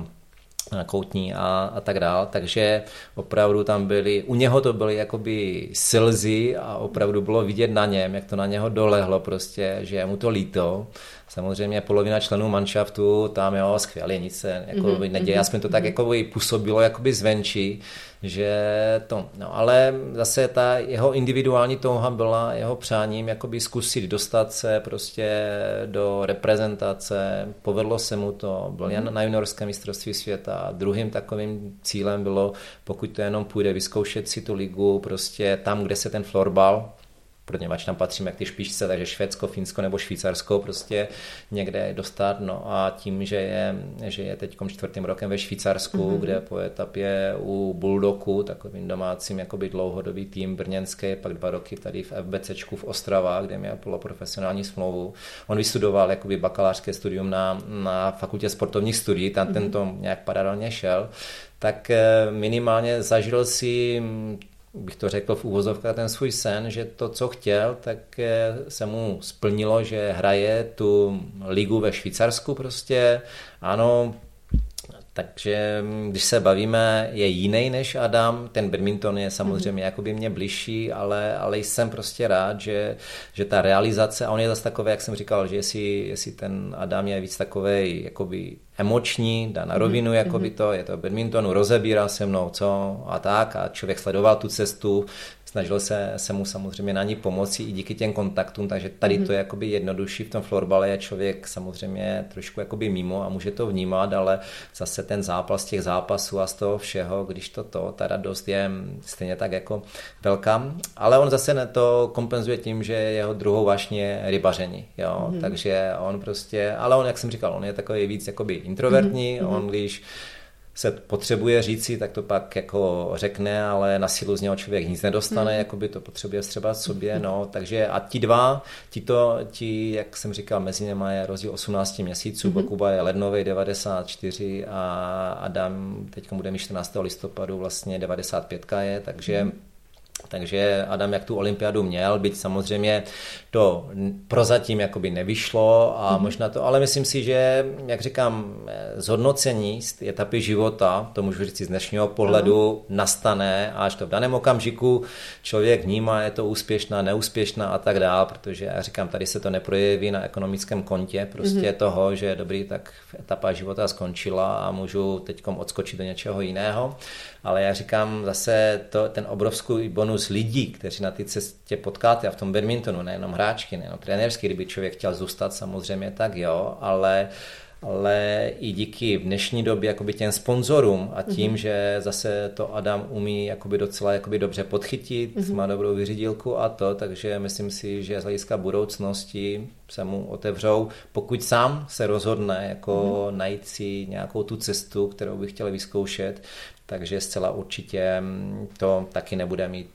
Koutní a tak dál, takže opravdu tam byly, u něho to byly jakoby slzy a opravdu bylo vidět na něm, jak to na něho dolehlo prostě, že je mu to líto. Samozřejmě polovina členů manšaftu tam, jo, skvělě, nic se jako neděje, aspoň to tak jako působilo jakoby zvenčí, že to, no, ale zase ta jeho individuální touha byla jeho přáním jakoby zkusit dostat se prostě do reprezentace, povedlo se mu to, byl jen na juniorském mistrovství světa, druhým takovým cílem bylo, pokud to jenom půjde, vyzkoušet si tu ligu prostě tam, kde se ten florbal, protože tam patříme k ty špičce, takže Švédsko, Finsko nebo Švýcarsko prostě někde dostat, no a tím, že je teď 4. rokem ve Švýcarsku, kde po etapě u Bulldogu, takovým domácím jakoby dlouhodobý tým brněnský, pak 2 roky tady v FBCčku v Ostravách, kde měl poloprofesionální smlouvu. On vystudoval jakoby bakalářské studium na fakultě sportovních studií, tam tento nějak paralelně šel, tak minimálně zažil si, bych to řekl v úvozovkách, ten svůj sen, že to, co chtěl, tak se mu splnilo, že hraje tu ligu ve Švýcarsku prostě, ano, takže když se bavíme, je jiný než Adam, ten badminton je samozřejmě jakoby mě bližší, ale jsem prostě rád, že ta realizace, a on je zase takový, jak jsem říkal, že jestli ten Adam je víc takovej jakoby emoční, dá na rovinu, jakoby to, je to badmintonu, rozebírá se mnou, co a tak, a člověk sledoval tu cestu, snažil se mu samozřejmě na ní pomoci i díky těm kontaktům, takže tady to je jakoby jednodušší, v tom florbale je člověk samozřejmě trošku jakoby mimo a může to vnímat, ale zase ten zápas z těch zápasů a z toho všeho, když ta radost je stejně tak jako velká, ale on zase to kompenzuje tím, že jeho druhou vášní je rybaření, jo, takže on prostě, ale on, jak jsem říkal, on je takový víc jakoby introvertní, on když se potřebuje říci, tak to pak jako řekne, ale na sílu z něho člověk nic nedostane, jakoby to potřebuje vstřebat sobě, no, takže a ti, jak jsem říkal, mezi něma je rozdíl 18 měsíců, Bokuba je lednovej 94 a Adam teď bude mít 14. listopadu vlastně 95 je, takže Adam jak tu olympiádu měl, byť samozřejmě to prozatím jakoby nevyšlo a možná to, ale myslím si, že, jak říkám, zhodnocení z etapy života, to můžu říct z dnešního pohledu, nastane až to v daném okamžiku člověk vnímá, je to úspěšná, neúspěšná a tak dál, protože já říkám, tady se to neprojeví na ekonomickém kontě, prostě toho, že dobrý, tak etapa života skončila a můžu teďkom odskočit do něčeho jiného, ale já říkám zase ten obrovský bonus lidí, kteří na té cestě potkáte a v tom badmintonu, nejenom hráčky, nejenom trenérský, kdyby člověk chtěl zůstat samozřejmě, tak jo, ale i díky v dnešní době jakoby těm sponzorům a tím, že zase to Adam umí jakoby docela jakoby dobře podchytit, má dobrou vyřídilku a to, takže myslím si, že z hlediska budoucnosti se mu otevřou, pokud sám se rozhodne jako najít si nějakou tu cestu, kterou by chtěl vyzkoušet, takže zcela určitě to taky nebude mít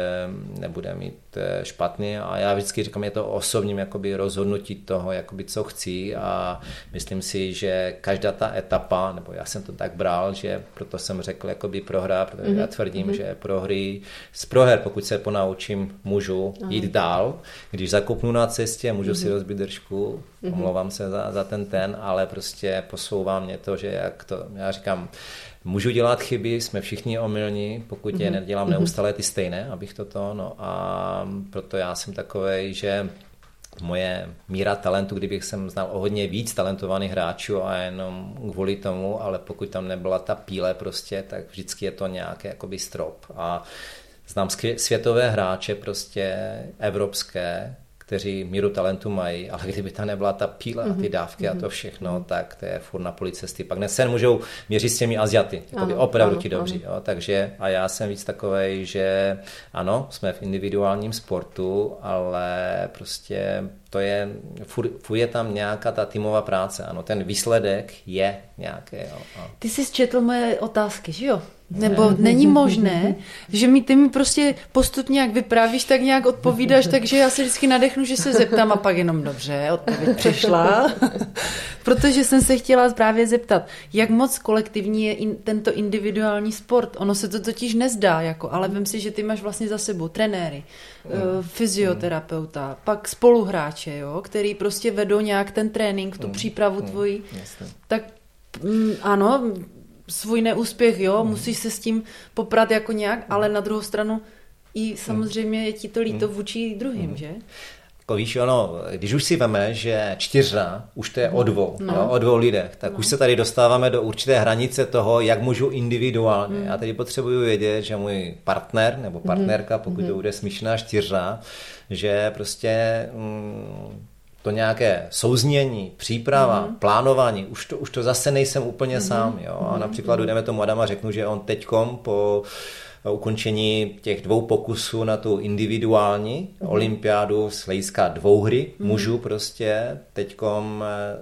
špatný a já vždycky říkám, je to osobním jakoby rozhodnutí toho, jakoby co chci a myslím si, že každá ta etapa, nebo já jsem to tak bral, že proto jsem řekl jakoby prohra, protože já tvrdím, že z proher, pokud se ponaučím, můžu jít dál, když zakopnu na cestě, můžu si rozbít držku, omlouvám se za ten, ale prostě posouvá mě to, že jak to, já říkám, můžu dělat chyby, jsme všichni omylní, pokud je nedělám neustále ty stejné, abych no a proto já jsem takovej, že moje míra talentu, kdybych jsem znal o hodně víc talentovaných hráčů a jenom kvůli tomu, ale pokud tam nebyla ta píle prostě, tak vždycky je to nějaký jakoby strop a znám světové hráče prostě evropské, kteří míru talentu mají, ale kdyby tam nebyla ta píla a ty dávky a to všechno, tak to je furt na poli cesty. Pak se můžou měřit s těmi Aziaty, opravdu ti dobří. Jo? Takže a já jsem víc takovej, že ano, jsme v individuálním sportu, ale prostě to je, furt je tam nějaká ta týmová práce, ano, ten výsledek je nějaký. Jo. Ty jsi četl moje otázky, že jo? Nebo není možné, že ty mi prostě postupně jak vyprávíš, tak nějak odpovídáš, takže já se vždycky nadechnu, že se zeptám a pak jenom dobře, odpověď přišla. Protože jsem se chtěla právě zeptat, jak moc kolektivní je tento individuální sport. Ono se to totiž nezdá, ale vem si, že ty máš vlastně za sebou trenéry, fyzioterapeuta, pak spoluhráče, jo, který prostě vedou nějak ten trénink, tu přípravu tvoji. Tak ano, svůj neúspěch, jo, musíš se s tím poprat jako nějak, ale na druhou stranu i samozřejmě je ti to líto vůči druhým, že? Jako víš, když už si veme, že 4 už to je o dvou lidech, tak už se tady dostáváme do určité hranice toho, jak můžu individuálně. Já tady potřebuju vědět, že můj partner nebo partnerka, pokud to bude smíšená 4, že prostě to nějaké souznění, příprava, plánování, už to zase nejsem úplně sám. Jo? A například jdeme tomu Adama, řeknu, že on teďkom po ukončení těch 2 pokusů na tu individuální olympiádu z hlediska 2 hry mužů prostě teďkom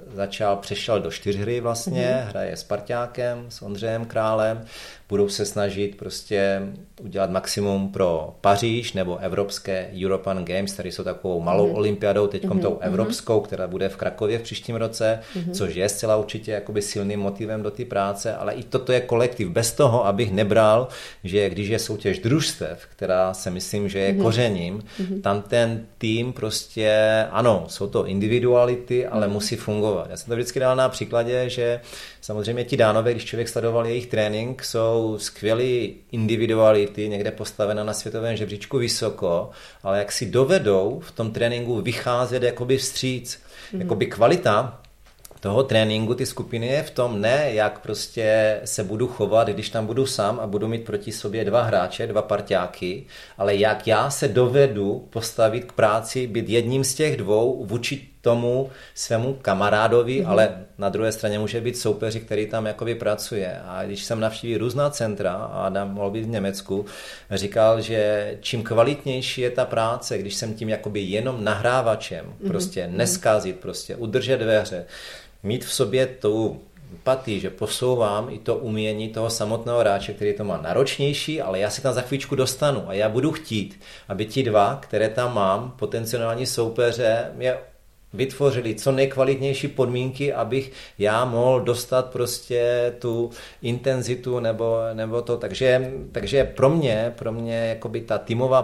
přešel do 4 hry vlastně, hraje s Spartákem, s Ondřejem Králem, budou se snažit prostě udělat maximum pro Paříž nebo evropské European Games, které jsou takovou malou olympiádou, teďkom tou evropskou, která bude v Krakově v příštím roce, což je zcela určitě jakoby silným motivem do té práce, ale i toto je kolektiv. Bez toho, abych nebral, že když je soutěž družstev, která se myslím, že je kořením, tam ten tým prostě, ano, jsou to individuality, ale musí fungovat. Já jsem to vždycky dal na příkladě, že samozřejmě ti Dánové, když člověk sledoval jejich trénink, jsou skvělý individuality, někde postavené na světovém žebříčku vysoko, ale jak si dovedou v tom tréninku vycházet jakoby vstříc. Jakoby kvalita toho tréninku, ty skupiny je v tom ne, jak prostě se budu chovat, když tam budu sám a budu mít proti sobě 2 hráče, 2 parťáky, ale jak já se dovedu postavit k práci, být jedním z těch 2 vůči tomu svému kamarádovi, ale na druhé straně může být soupeři, který tam jakoby pracuje. A když jsem navštívil různá centra, a Adam mohl být v Německu, říkal, že čím kvalitnější je ta práce, když jsem tím jakoby jenom nahrávačem, prostě neskazit, prostě udržet ve hře, mít v sobě tu empatii, že posouvám i to umění toho samotného hráče, který to má náročnější, ale já se tam za chvíličku dostanu a já budu chtít, aby ti 2, které tam mám, potenciální soupeře, mě vytvořili co nejkvalitnější podmínky, abych já mohl dostat prostě tu intenzitu nebo to. Takže pro mě jakoby ta týmová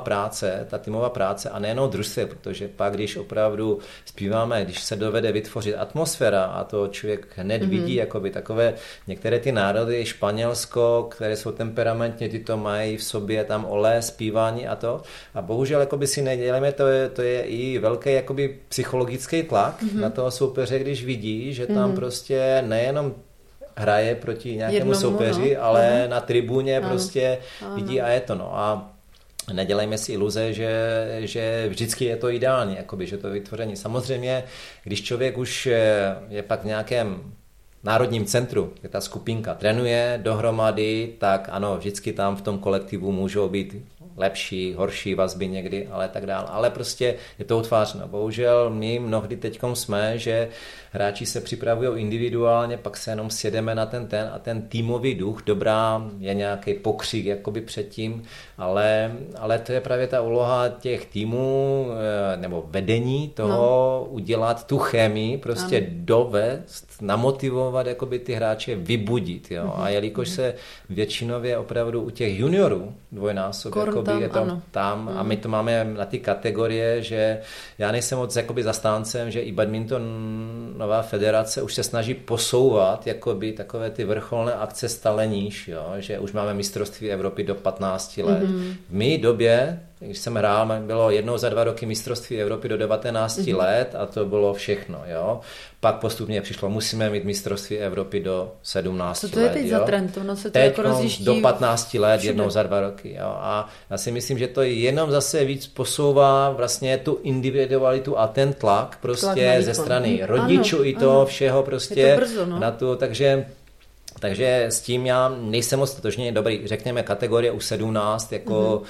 práce a nejenom družství, protože pak, když opravdu zpíváme, když se dovede vytvořit atmosféra a to člověk hned vidí, jakoby takové některé ty národy, Španělsko, které jsou temperamentně, ty to mají v sobě tam olé, zpívání a to. A bohužel jakoby si neděláme, to je i velký jakoby psychologický tlak na toho soupeře, když vidí, že tam prostě nejenom hraje proti nějakému soupeři, ale na tribuně prostě vidí a je to. A nedělejme si iluze, že vždycky je to ideální, jakoby, že to vytvoření. Samozřejmě, když člověk už je pak v nějakém národním centru, kde ta skupinka trénuje dohromady, tak ano, vždycky tam v tom kolektivu můžou být lepší, horší vazby někdy, ale tak dále. Ale prostě je to utvářeno. Bohužel my mnohdy teďkom jsme, že hráči se připravují individuálně, pak se jenom sjedeme na a ten týmový duch, dobrá, je nějaký pokřik jakoby předtím, ale to je právě ta úloha těch týmů nebo vedení toho udělat tu chemii, prostě dovést, namotivovat jakoby ty hráče, vybudit. Jo? A jelikož se většinově opravdu u těch juniorů dvojnásob, jakoby je to tam a my to máme na ty kategorie, že já nejsem moc jakoby zastáncem, že i badmintonová federace už se snaží posouvat jakoby takové ty vrcholné akce stále níž, jo? Že už máme mistrovství Evropy do 15 let. V mé době, když jsem hrál, bylo jednou za 2 roky mistrovství Evropy do 19 let a to bylo všechno. Jo? Pak postupně přišlo, musíme mít mistrovství Evropy do 17 let. Co to je teď za trend? Ono se to jako rozjiští do 15 let, jednou za 2 roky. Jo? A já si myslím, že to jenom zase víc posouvá vlastně tu individualitu a ten tlak prostě ze strany rodičů i to všeho prostě je to brzo, na tu, takže s tím já nejsem moc totožně dobrý, řekněme kategorie u 17, jako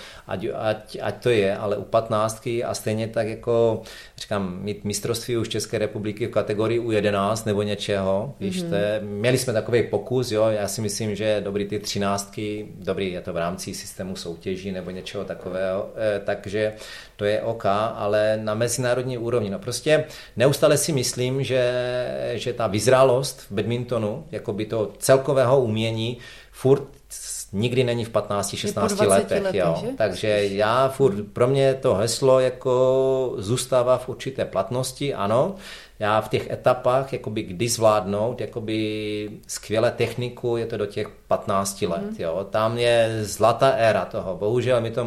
ať to je, ale u 15 a stejně tak jako říkám, mít mistrovství už České republiky v kategorii U11 nebo něčeho, víš, měli jsme takový pokus, jo, já si myslím, že dobrý ty 13, dobrý je to v rámci systému soutěží nebo něčeho takového, takže to je OK, ale na mezinárodní úrovni, no prostě neustále si myslím, že ta vyzrálost v badmintonu, jako by to celkového umění, furt nikdy není v 15-16 letech. Jo. Takže já furt, pro mě to heslo jako zůstává v určité platnosti, ano. Já v těch etapách, jakoby kdy zvládnout, jakoby skvělé techniku, je to do těch 15 let. Jo. Tam je zlatá éra toho. Bohužel my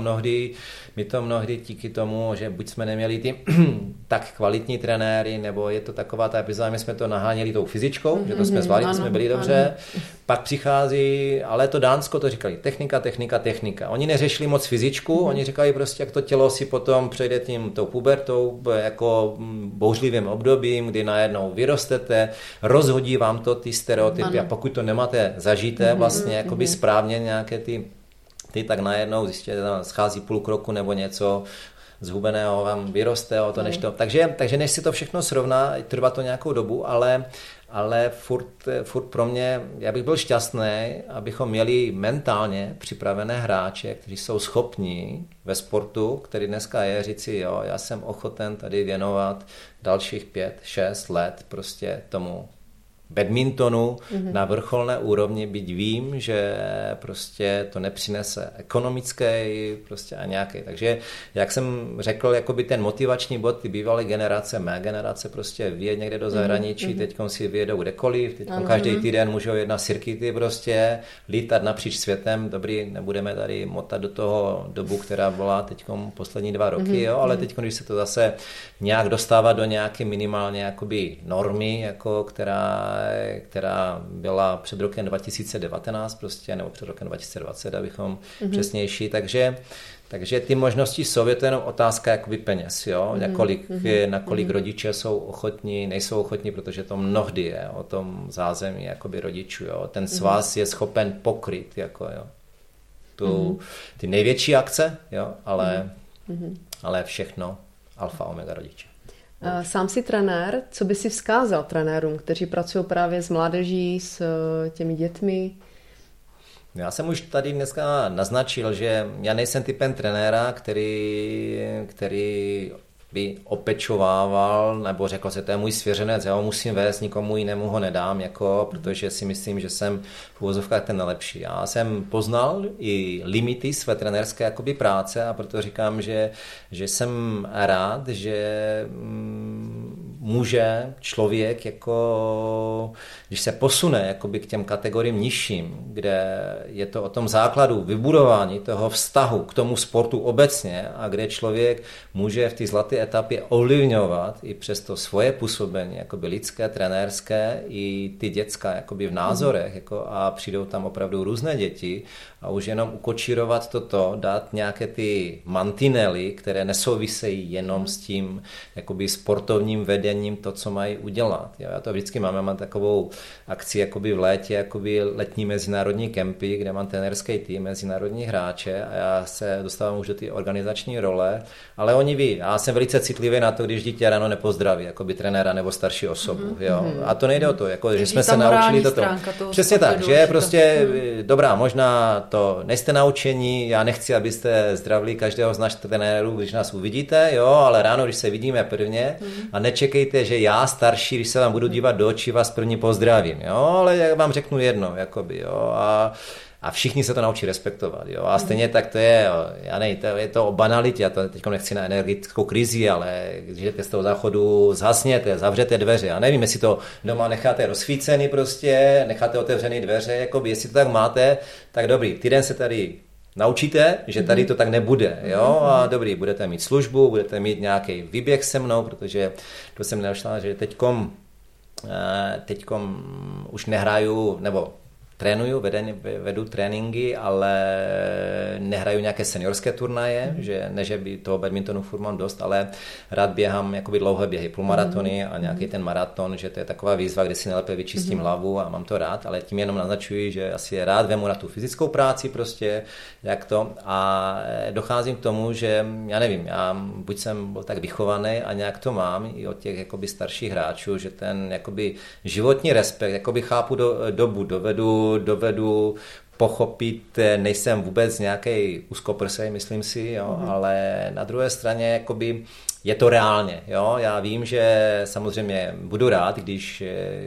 to mnohdy díky tomu, že buď jsme neměli ty tak kvalitní trenéry, nebo je to taková ta epizoda, my jsme to naháněli tou fyzičkou, že to jsme zvládli, to jsme byli dobře. Pak přichází, ale to Dánsko to říkali, technika. Oni neřešili moc fyzičku, oni říkali prostě, jak to tělo si potom přejde tou pubertou, jako bouřlivým obdobím, kdy najednou vyrostete, rozhodí vám to ty stereotypy a pokud to nemáte zažité vlastně jakoby správně nějaké ty tak najednou zjistíte, tam schází půl kroku nebo něco zhubeného vám vyroste o to než to. Takže než si to všechno srovná, trvá to nějakou dobu, ale furt pro mě, já bych byl šťastný, abychom měli mentálně připravené hráče, kteří jsou schopní ve sportu, který dneska je, říci, jo, já jsem ochoten tady věnovat dalších 5-6 let prostě tomu badmintonu na vrcholné úrovni, byť vím, že prostě to nepřinese ekonomický prostě a nějaký. Takže jak jsem řekl, jakoby ten motivační bod, ty bývalé generace, mé generace prostě vyjet někde do zahraničí, teďkom si vyjedou kdekoliv, teďkom každý týden můžou jet na circuity prostě, lítat napříč světem, dobrý, nebudeme tady motat do toho dobu, která byla teďkom poslední 2 roky, jo, ale teďkom, když se to zase nějak dostává do nějaké minimálně jakoby normy, jako která byla před rokem 2019 prostě, nebo před rokem 2020, abychom přesnější, takže ty možnosti jsou, je to jenom otázka jakoby peněz, jo, nakolik rodiče jsou ochotní, nejsou ochotní, protože to mnohdy je o tom zázemí jakoby rodičů, jo, ten svaz je schopen pokryt, jako jo, ty největší akce, jo, ale všechno alfa omega rodiče. Sám jsi trenér, co by si vzkázal trenérům, kteří pracují právě s mládeží, s těmi dětmi? Já jsem už tady dneska naznačil, že já nejsem typem trenéra, který by opečovával, nebo řekl se, to je můj svěřenec, já ho musím vést, nikomu jinému ho nedám, jako, protože si myslím, že jsem v uvozovkách ten nejlepší. Já jsem poznal i limity své trenérské jakoby práce a proto říkám, že jsem rád, že může člověk, jako, když se posune jakoby k těm kategoriím nižším, kde je to o tom základu vybudování toho vztahu k tomu sportu obecně a kde člověk může v té zlaté etapě ovlivňovat i přesto svoje působení, jakoby lidské, trenérské i ty dětská jakoby v názorech, jako, a přijdou tam opravdu různé děti a už jenom ukočírovat toto, dát nějaké ty mantinely, které nesouvisejí jenom s tím jakoby sportovním vedením napojením to, co mají udělat. Jo, já to vždycky mám takovou akci jakoby v létě, jakoby letní mezinárodní kempy, kde mám trenérský tým, mezinárodní hráče a já se dostávám už do ty organizační role, ale oni ví, já jsem velice citlivý na to, když dítě ráno nepozdraví, jakoby trenéra nebo starší osobu. Jo. A to nejde o to, jako, že jsme se naučili toto. Přesně tak, že prostě dobrá, možná to nejste naučení, já nechci, abyste zdravili každého z našich trenérů, když nás uvidíte, jo, ale ráno, když se vidíme prvně a nečekejte, že já starší, když se vám budu dívat do očí, vás první pozdravím, jo, ale já vám řeknu jedno, jakoby, jo, a všichni se to naučí respektovat, jo, a stejně tak to je, já nevím, je to o banalitě, já to teď nechci na energetickou krizi, ale když jdete z toho záchodu, zhasněte, zavřete dveře, já nevím, jestli to doma necháte rozsvícený prostě, necháte otevřený dveře, jakoby, jestli to tak máte, tak dobrý, týden se tady naučíte, že tady to tak nebude, jo, a dobrý, budete mít službu, budete mít nějaký výběh se mnou, protože to jsem nedošla, že teďkom už nehraju, nebo trénuju, vedu tréninky, ale nehraju nějaké seniorské turnaje, že ne, že by toho badmintonu furt mám dost, ale rád běhám jakoby dlouhé běhy, půlmaratony a nějaký ten maraton, že to je taková výzva, kde si nejlépe vyčistím hlavu a mám to rád, ale tím jenom naznačuji, že asi rád vemu na tu fyzickou práci prostě, jak to a docházím k tomu, že já nevím, já buď jsem byl tak vychovaný a nějak to mám i od těch jakoby starších hráčů, že ten jakoby životní respekt, jakoby chápu dobu, dovedu pochopit, nejsem vůbec nějaký úzkoprsej, myslím si, jo, ale na druhé straně jakoby je to reálně, jo, já vím, že samozřejmě budu rád, když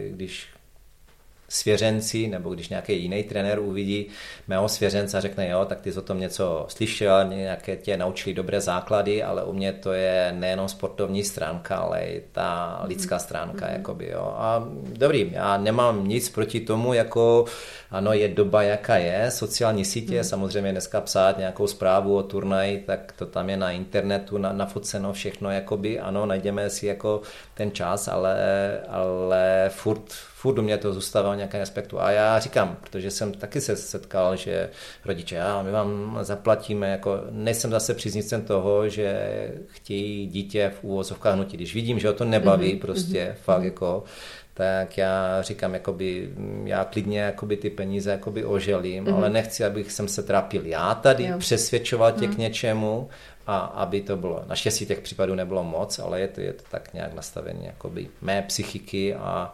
svěřenci, nebo když nějaký jiný trenér uvidí mého svěřence a řekne, jo, tak ty jsi o tom něco slyšel, nějaké tě naučili dobré základy, ale u mě to je nejenom sportovní stránka, ale i ta lidská stránka, jakoby, jo. A dobrý, já nemám nic proti tomu, jako ano, je doba, jaká je, sociální sítě, samozřejmě dneska psát nějakou zprávu o turnaji, tak to tam je na internetu, nafoceno všechno, jakoby, ano, najdeme si jako ten čas, ale furt u mě to zůstává nějaké aspektu. A já říkám, protože jsem taky se setkal, že rodiče, my vám zaplatíme, jako nejsem zase příznivcem toho, že chtějí dítě v úvozovkách nutit. Když vidím, že ho to nebaví, prostě fakt jako, tak já říkám, jakoby, já klidně jakoby ty peníze jakoby oželím, ale nechci, abych jsem se trápil já tady, přesvědčoval tě k něčemu, a aby to bylo. Naštěstí těch případů nebylo moc, ale je to tak nějak nastavení jakoby mé psychiky a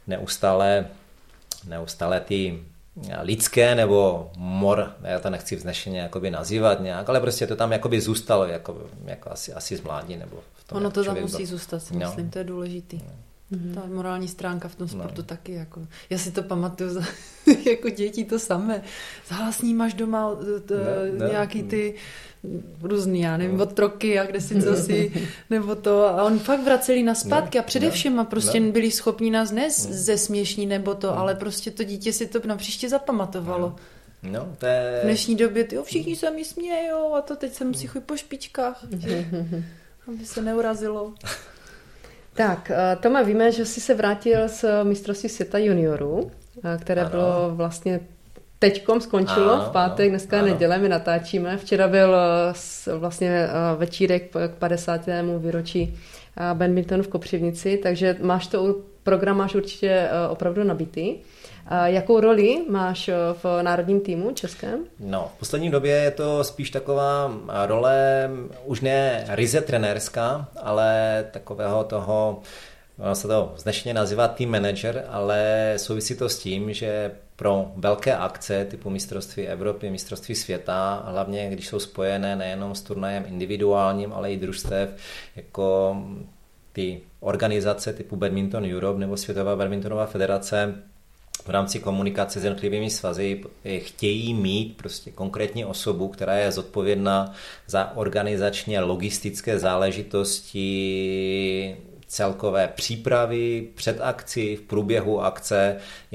neustále ty lidské nebo já to nechci vznešeně jakoby nazývat nějak, ale prostě to tam jakoby zůstalo jako asi z mládí nebo v tom. Ono to tam musí zůstat, si myslím, to je důležitý. Ta morální stránka v tom sportu taky. Jako. Já si to pamatuju jako děti to samé. Zhlasní máš doma nějaký ty různý, já nevím, otroky a kde si co si, nebo to. A on fakt vraceli na zpátky a především a prostě byli schopni nás zesměšní nebo to, ale prostě to dítě si to napříště zapamatovalo. No, to je... V dnešní době, všichni se mi smějou a to teď se musí chodit po špičkách, aby se neurazilo. Tak, Tome, víme, že jsi se vrátil z mistrovství světa juniorů, které bylo vlastně teďkom skončilo v pátek, dneska je neděle, my natáčíme. Včera byl vlastně večírek k 50. výročí badmintonu v Kopřivnici, takže program máš určitě opravdu nabitý. Jakou roli máš v národním týmu českém? No, v poslední době je to spíš taková role, už ne ryze trenérská, ale takového toho, ono se to vznešeně nazývá team manager, ale souvisí to s tím, že pro velké akce typu mistrovství Evropy, mistrovství světa, hlavně když jsou spojené nejenom s turnajem individuálním, ale i družstev, jako ty organizace typu Badminton Europe nebo Světová badmintonová federace, v rámci komunikace s jednotlivými svazy chtějí mít prostě konkrétní osobu, která je zodpovědná za organizačně logistické záležitosti, celkové přípravy před akcí, v průběhu akce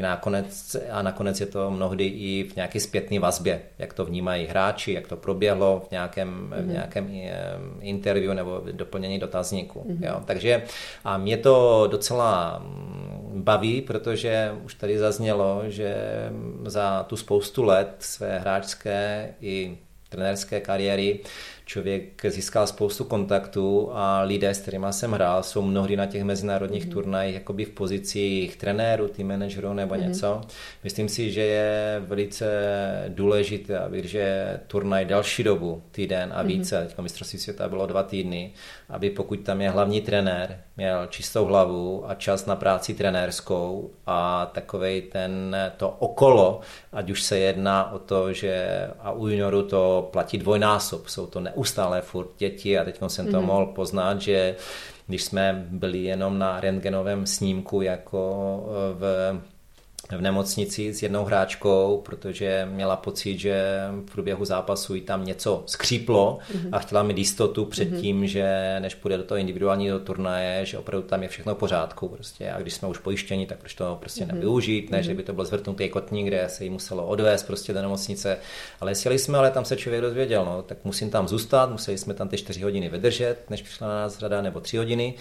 a nakonec je to mnohdy i v nějaké zpětné vazbě, jak to vnímají hráči, jak to proběhlo v nějakém interview nebo doplnění dotazníku. Jo. Takže a mě to docela baví, protože už tady zaznělo, že za tu spoustu let své hráčské i trenérské kariéry člověk získal spoustu kontaktů a lidé, s kterými jsem hrál, jsou mnohdy na těch mezinárodních turnajích jakoby v pozicích trenérů, tým manažerů nebo něco. Myslím si, že je velice důležité, že turnaj další dobu, týden a více, teďka mistrovství světa bylo 2 týdny, aby pokud tam je hlavní trenér, měl čistou hlavu a čas na práci trenérskou a takovej to okolo, ať už se jedná o to, že a u juniorů to platí dvojnásob, jsou to neustále furt děti a teď jsem to mohl poznat, že když jsme byli jenom na rentgenovém snímku jako v nemocnici s jednou hráčkou, protože měla pocit, že v průběhu zápasu jí tam něco skříplo a chtěla mít jistotu před tím, že než půjde do toho individuálního turnaje, že opravdu tam je všechno v pořádku. Prostě. A když jsme už pojištěni, tak proč to prostě nevyužít, ne, že by to byl zvrtnutý kotník, kde se jí muselo odvést prostě do nemocnice. Ale sjeli jsme, ale tam se člověk dozvěděl, no, tak musím tam zůstat, museli jsme tam ty 4 hodiny vydržet, než přišla na nás řada, nebo 3 hodiny.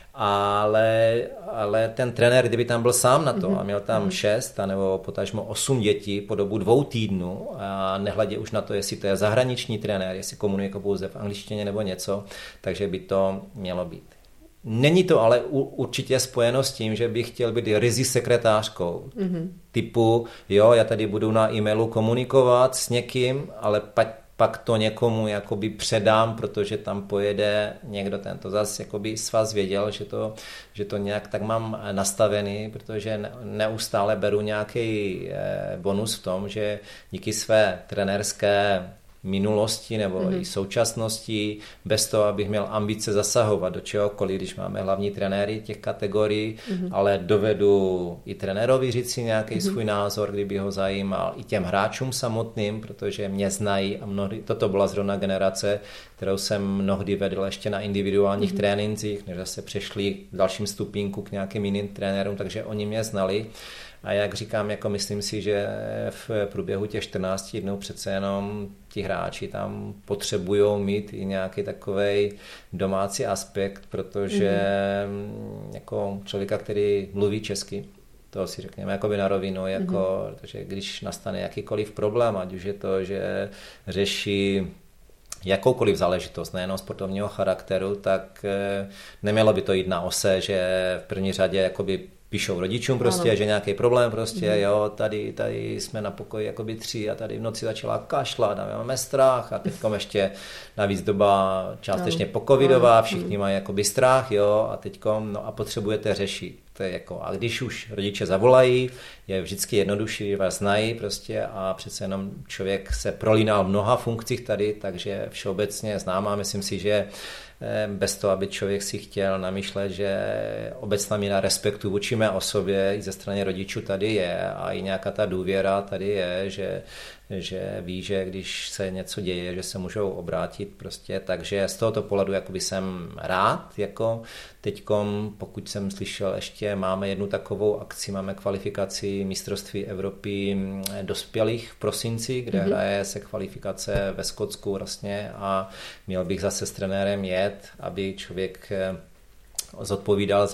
Ale ten trenér, kdyby tam byl sám na to a měl tam 6 nebo potažmo 8 dětí po dobu 2 týdnů a nehledě už na to, jestli to je zahraniční trenér, jestli komunikuje pouze v angličtině nebo něco, takže by to mělo být. Není to ale určitě spojeno s tím, že bych chtěl být ryzí sekretářkou. Typu, jo, já tady budu na e-mailu komunikovat s někým, ale pak to někomu jakoby předám, protože tam pojede někdo, tento zase jakoby svaz věděl, že to nějak tak mám nastavený, protože neustále beru nějaký bonus v tom, že díky své trenérské minulosti nebo i současnosti, bez toho, abych měl ambice zasahovat do čehokoliv, když máme hlavní trenéry těch kategorií, ale dovedu i trenérovi říct si nějaký svůj názor, kdyby ho zajímal, i těm hráčům samotným, protože mě znají a mnohdy, toto byla zrovna generace, kterou jsem mnohdy vedl ještě na individuálních trénincích, než zase přešli v dalším stupínku k nějakým jiným trenérům, takže oni mě znali. A jak říkám, jako myslím si, že v průběhu těch 14 dnů přece jenom ti hráči tam potřebují mít i nějaký takovej domácí aspekt, protože jako člověka, který mluví česky, to si řekněme jakoby na rovinu, protože když nastane jakýkoliv problém, ať už je to, že řeší jakoukoliv záležitost, nejenom sportovního charakteru, tak nemělo by to jít na ose, že v první řadě jakoby píšou rodičům prostě, že nějaký problém prostě, jo, tady jsme na pokoji jakoby 3 a tady v noci začala kašlat a máme strach a teďkom ještě navíc doba částečně pocovidová, všichni mají jakoby strach, jo, a teďkom, no a potřebujete řešit. To je jako, a když už rodiče zavolají, je vždycky jednodušší, vás znají prostě a přece jenom člověk se prolínal v mnoha funkcích tady, takže všeobecně známá, myslím si, že bez toho, aby člověk si chtěl namýšlet, že obecná míra respektu vůči mé osobě i ze strany rodičů tady je a i nějaká ta důvěra tady je, že ví, že když se něco děje, že se můžou obrátit prostě, takže z tohoto pohledu jakoby jsem rád, jako teďkom, pokud jsem slyšel, ještě máme jednu takovou akci, máme kvalifikaci mistrovství Evropy dospělých v prosinci, kde hraje se kvalifikace ve Skotsku vlastně a měl bych zase s trenérem jet, aby člověk zodpovídal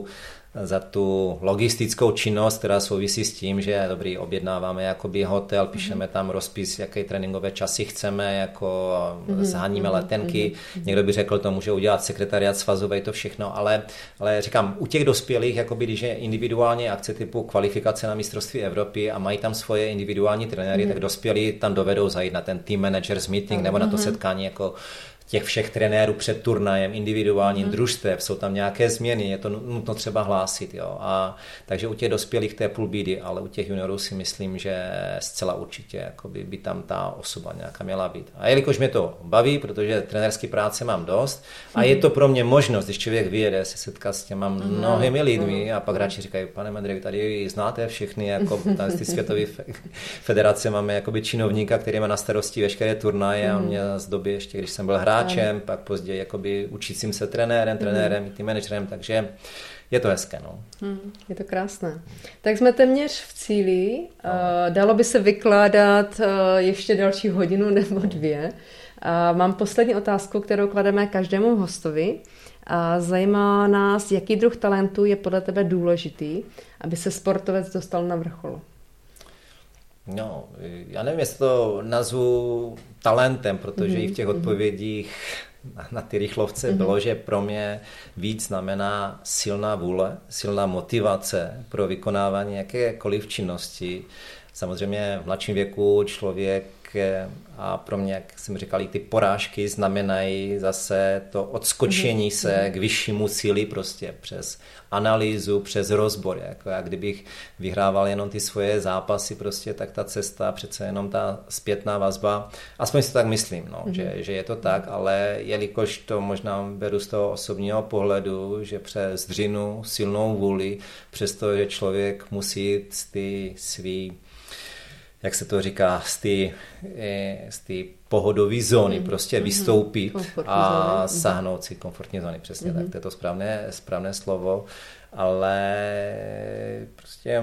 za tu logistickou činnost, která souvisí s tím, že dobrý, objednáváme jakoby hotel, píšeme tam rozpis, jaké tréninkové časy chceme, jako zháníme letenky. Někdo by řekl, to může udělat sekretariát svazovej, to všechno, ale říkám, u těch dospělých, jakoby, když je individuální akce typu kvalifikace na mistrovství Evropy a mají tam svoje individuální trenéry, tak dospělí tam dovedou zajít na ten team managers meeting nebo na to setkání jako těch všech trenérů před turnajem, individuálním družstev, jsou tam nějaké změny, je to nutno třeba hlásit. Jo. A, takže u těch dospělých to je půl bídy, ale u těch juniorů si myslím, že zcela určitě jakoby, by tam ta osoba nějaká měla být. A jelikož mě to baví, protože trenérské práce mám dost a je to pro mě možnost, když člověk vyjede, se setká s těma mnohými lidmi a pak radši říkají, pane Medrek, tady znáte všechny, jako ty světové federace máme jakoby činovníka, který má na starosti veškeré turnaje a mě z doby ještě, když jsem byl hráčem, pak později jakoby učícím se trenérem, i tím manažerem, takže je to hezké. No. Je to krásné. Tak jsme téměř v cíli. Dalo by se vykládat ještě další hodinu nebo 2. Mám poslední otázku, kterou klademe každému hostovi. Zajímá nás, jaký druh talentu je podle tebe důležitý, aby se sportovec dostal na vrchol. No, já nevím, jestli to nazvu talentem, protože i v těch odpovědích na ty rychlovce bylo, že pro mě víc znamená silná vůle, silná motivace pro vykonávání jakékoliv činnosti. Samozřejmě v mladším věku člověk, a pro mě, jak jsem říkal, i ty porážky znamenají zase to odskočení se k vyššímu cíli prostě přes analýzu, přes rozbor. Jako já kdybych vyhrával jenom ty svoje zápasy prostě, tak ta cesta, přece jenom ta zpětná vazba, aspoň si to tak myslím, no, že je to tak, ale jelikož to možná beru z toho osobního pohledu, že přes dřinu, silnou vůli, přesto, že člověk musí jít z ty svý, jak se to říká, z té pohodové zóny, prostě vystoupit a sáhnout si komfortní zóny, přesně tak, to je to správné slovo, ale prostě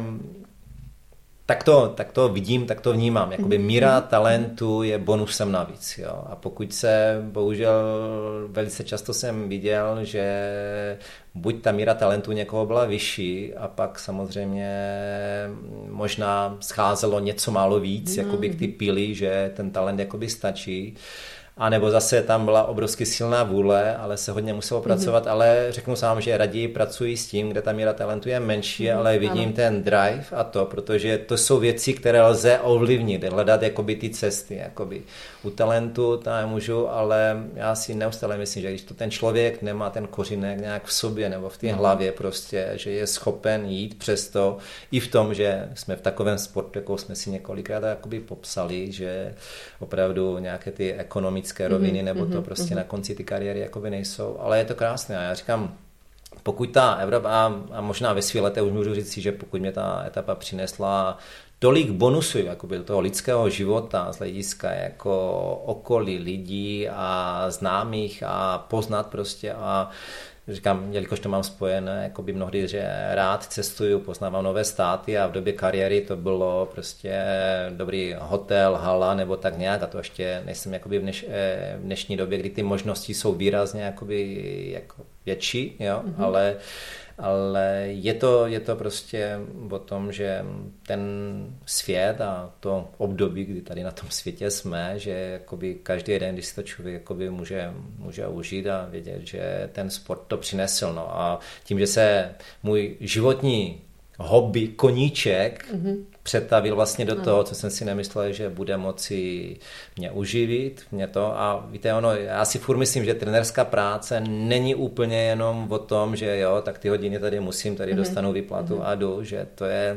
tak to vidím, tak to vnímám, jakoby míra talentu je bonusem navíc, jo, a pokud se, bohužel velice často jsem viděl, že buď ta míra talentu někoho byla vyšší a pak samozřejmě možná scházelo něco málo víc, jakoby k ty píly, že ten talent jakoby stačí, a nebo zase tam byla obrovsky silná vůle, ale se hodně muselo pracovat, ale řeknu sám, že raději pracuji s tím, kde ta míra talentu je menší, ale vidím ten drive a to, protože to jsou věci, které lze ovlivnit, hledat jakoby ty cesty, jakoby u talentu to nemůžu, ale já si neustále myslím, že když to ten člověk nemá ten kořínek nějak v sobě nebo v té hlavě prostě, že je schopen jít přesto i v tom, že jsme v takovém sportu, jako jsme si několikrát jakoby popsali, že opravdu nějaké ty ekonomické roviny nebo to prostě na konci ty kariéry jakoby nejsou, ale je to krásné a já říkám, pokud ta Evropa, a možná ve svých letech už můžu říct si, že pokud mě ta etapa přinesla tolik bonusů jakoby do toho lidského života z hlediska jako okolí lidí a známých a poznat prostě a říkám, jelikož to mám spojené, jakoby mnohdy, že rád cestuju, poznávám nové státy a v době kariéry to bylo prostě dobrý hotel, hala nebo tak nějak a to ještě nejsem jakoby v dnešní době, kdy ty možnosti jsou výrazně jakoby jako větší, jo, ale je to prostě o tom, že ten svět a to období, kdy tady na tom světě jsme, že jakoby každý den, když si to člověk jakoby může užít a vědět, že ten sport to přinesl. No a tím, že se můj životní hobby, koníček přetavil vlastně do toho, co jsem si nemyslel, že bude moci mě uživit, mě to a víte, já si furt myslím, že trenérská práce není úplně jenom o tom, že jo, tak ty hodiny tady musím, tady dostanu výplatu a jdu, že to je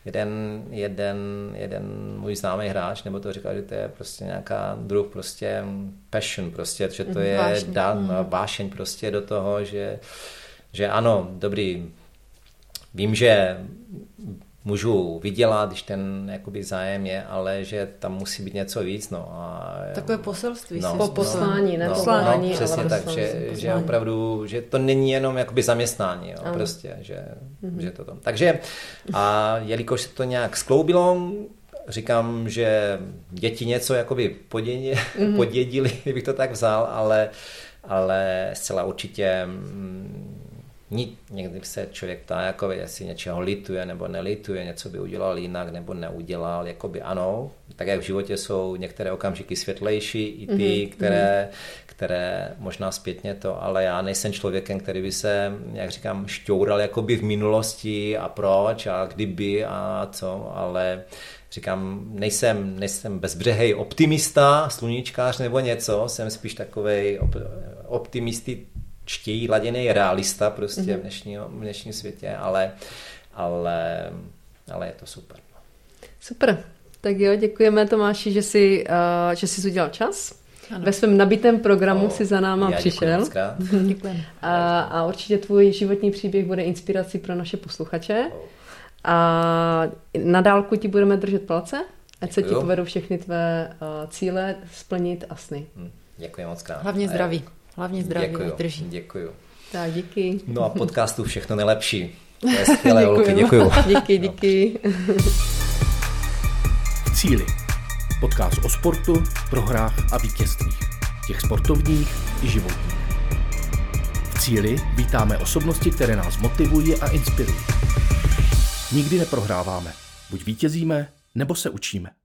jeden můj známý hráč, nebo to říkal, že to je prostě nějaká druh prostě passion prostě, že to je vášeň prostě do toho, že ano, dobrý, vím, že můžu vydělat, když ten jakoby zájem je, ale že tam musí být něco víc. No, a, takové poselství. Poslání, ne? Poslání, přesně tak, že opravdu, že to není jenom jakoby zaměstnání, jo, prostě, že to tam. Takže a jelikož se to nějak skloubilo, říkám, že děti něco jakoby podědili, bych to tak vzal, ale zcela určitě někdy se člověk ptá, jako jestli něčeho lituje nebo nelituje, něco by udělal jinak nebo neudělal, jakoby ano, tak jak v životě jsou některé okamžiky světlejší, i ty, které možná zpětně to, ale já nejsem člověkem, který by se, jak říkám, šťoural jakoby v minulosti a proč a kdyby a co, ale říkám, nejsem bezbřehej optimista, sluníčkář nebo něco, jsem spíš takovej optimističtěji laděný realista prostě v dnešním světě, ale je to super. Super. Tak jo, děkujeme Tomáši, že jsi udělal čas. Ano. Ve svém nabitém programu si za náma přišel. Děkujeme. A určitě tvůj životní příběh bude inspirací pro naše posluchače. A na dálku ti budeme držet palce, ať se ti povedou všechny tvé cíle splnit a sny. Děkuji moc krát. Hlavně zdraví. Drží. Děkuju. Tak, díky. No a podcastu všechno nejlepší. To je skvělé, Olky, děkuju. Díky. V cíli. Podcast o sportu, prohrách a vítězstvích. Těch sportovních i životních. V cíli vítáme osobnosti, které nás motivují a inspirují. Nikdy neprohráváme. Buď vítězíme, nebo se učíme?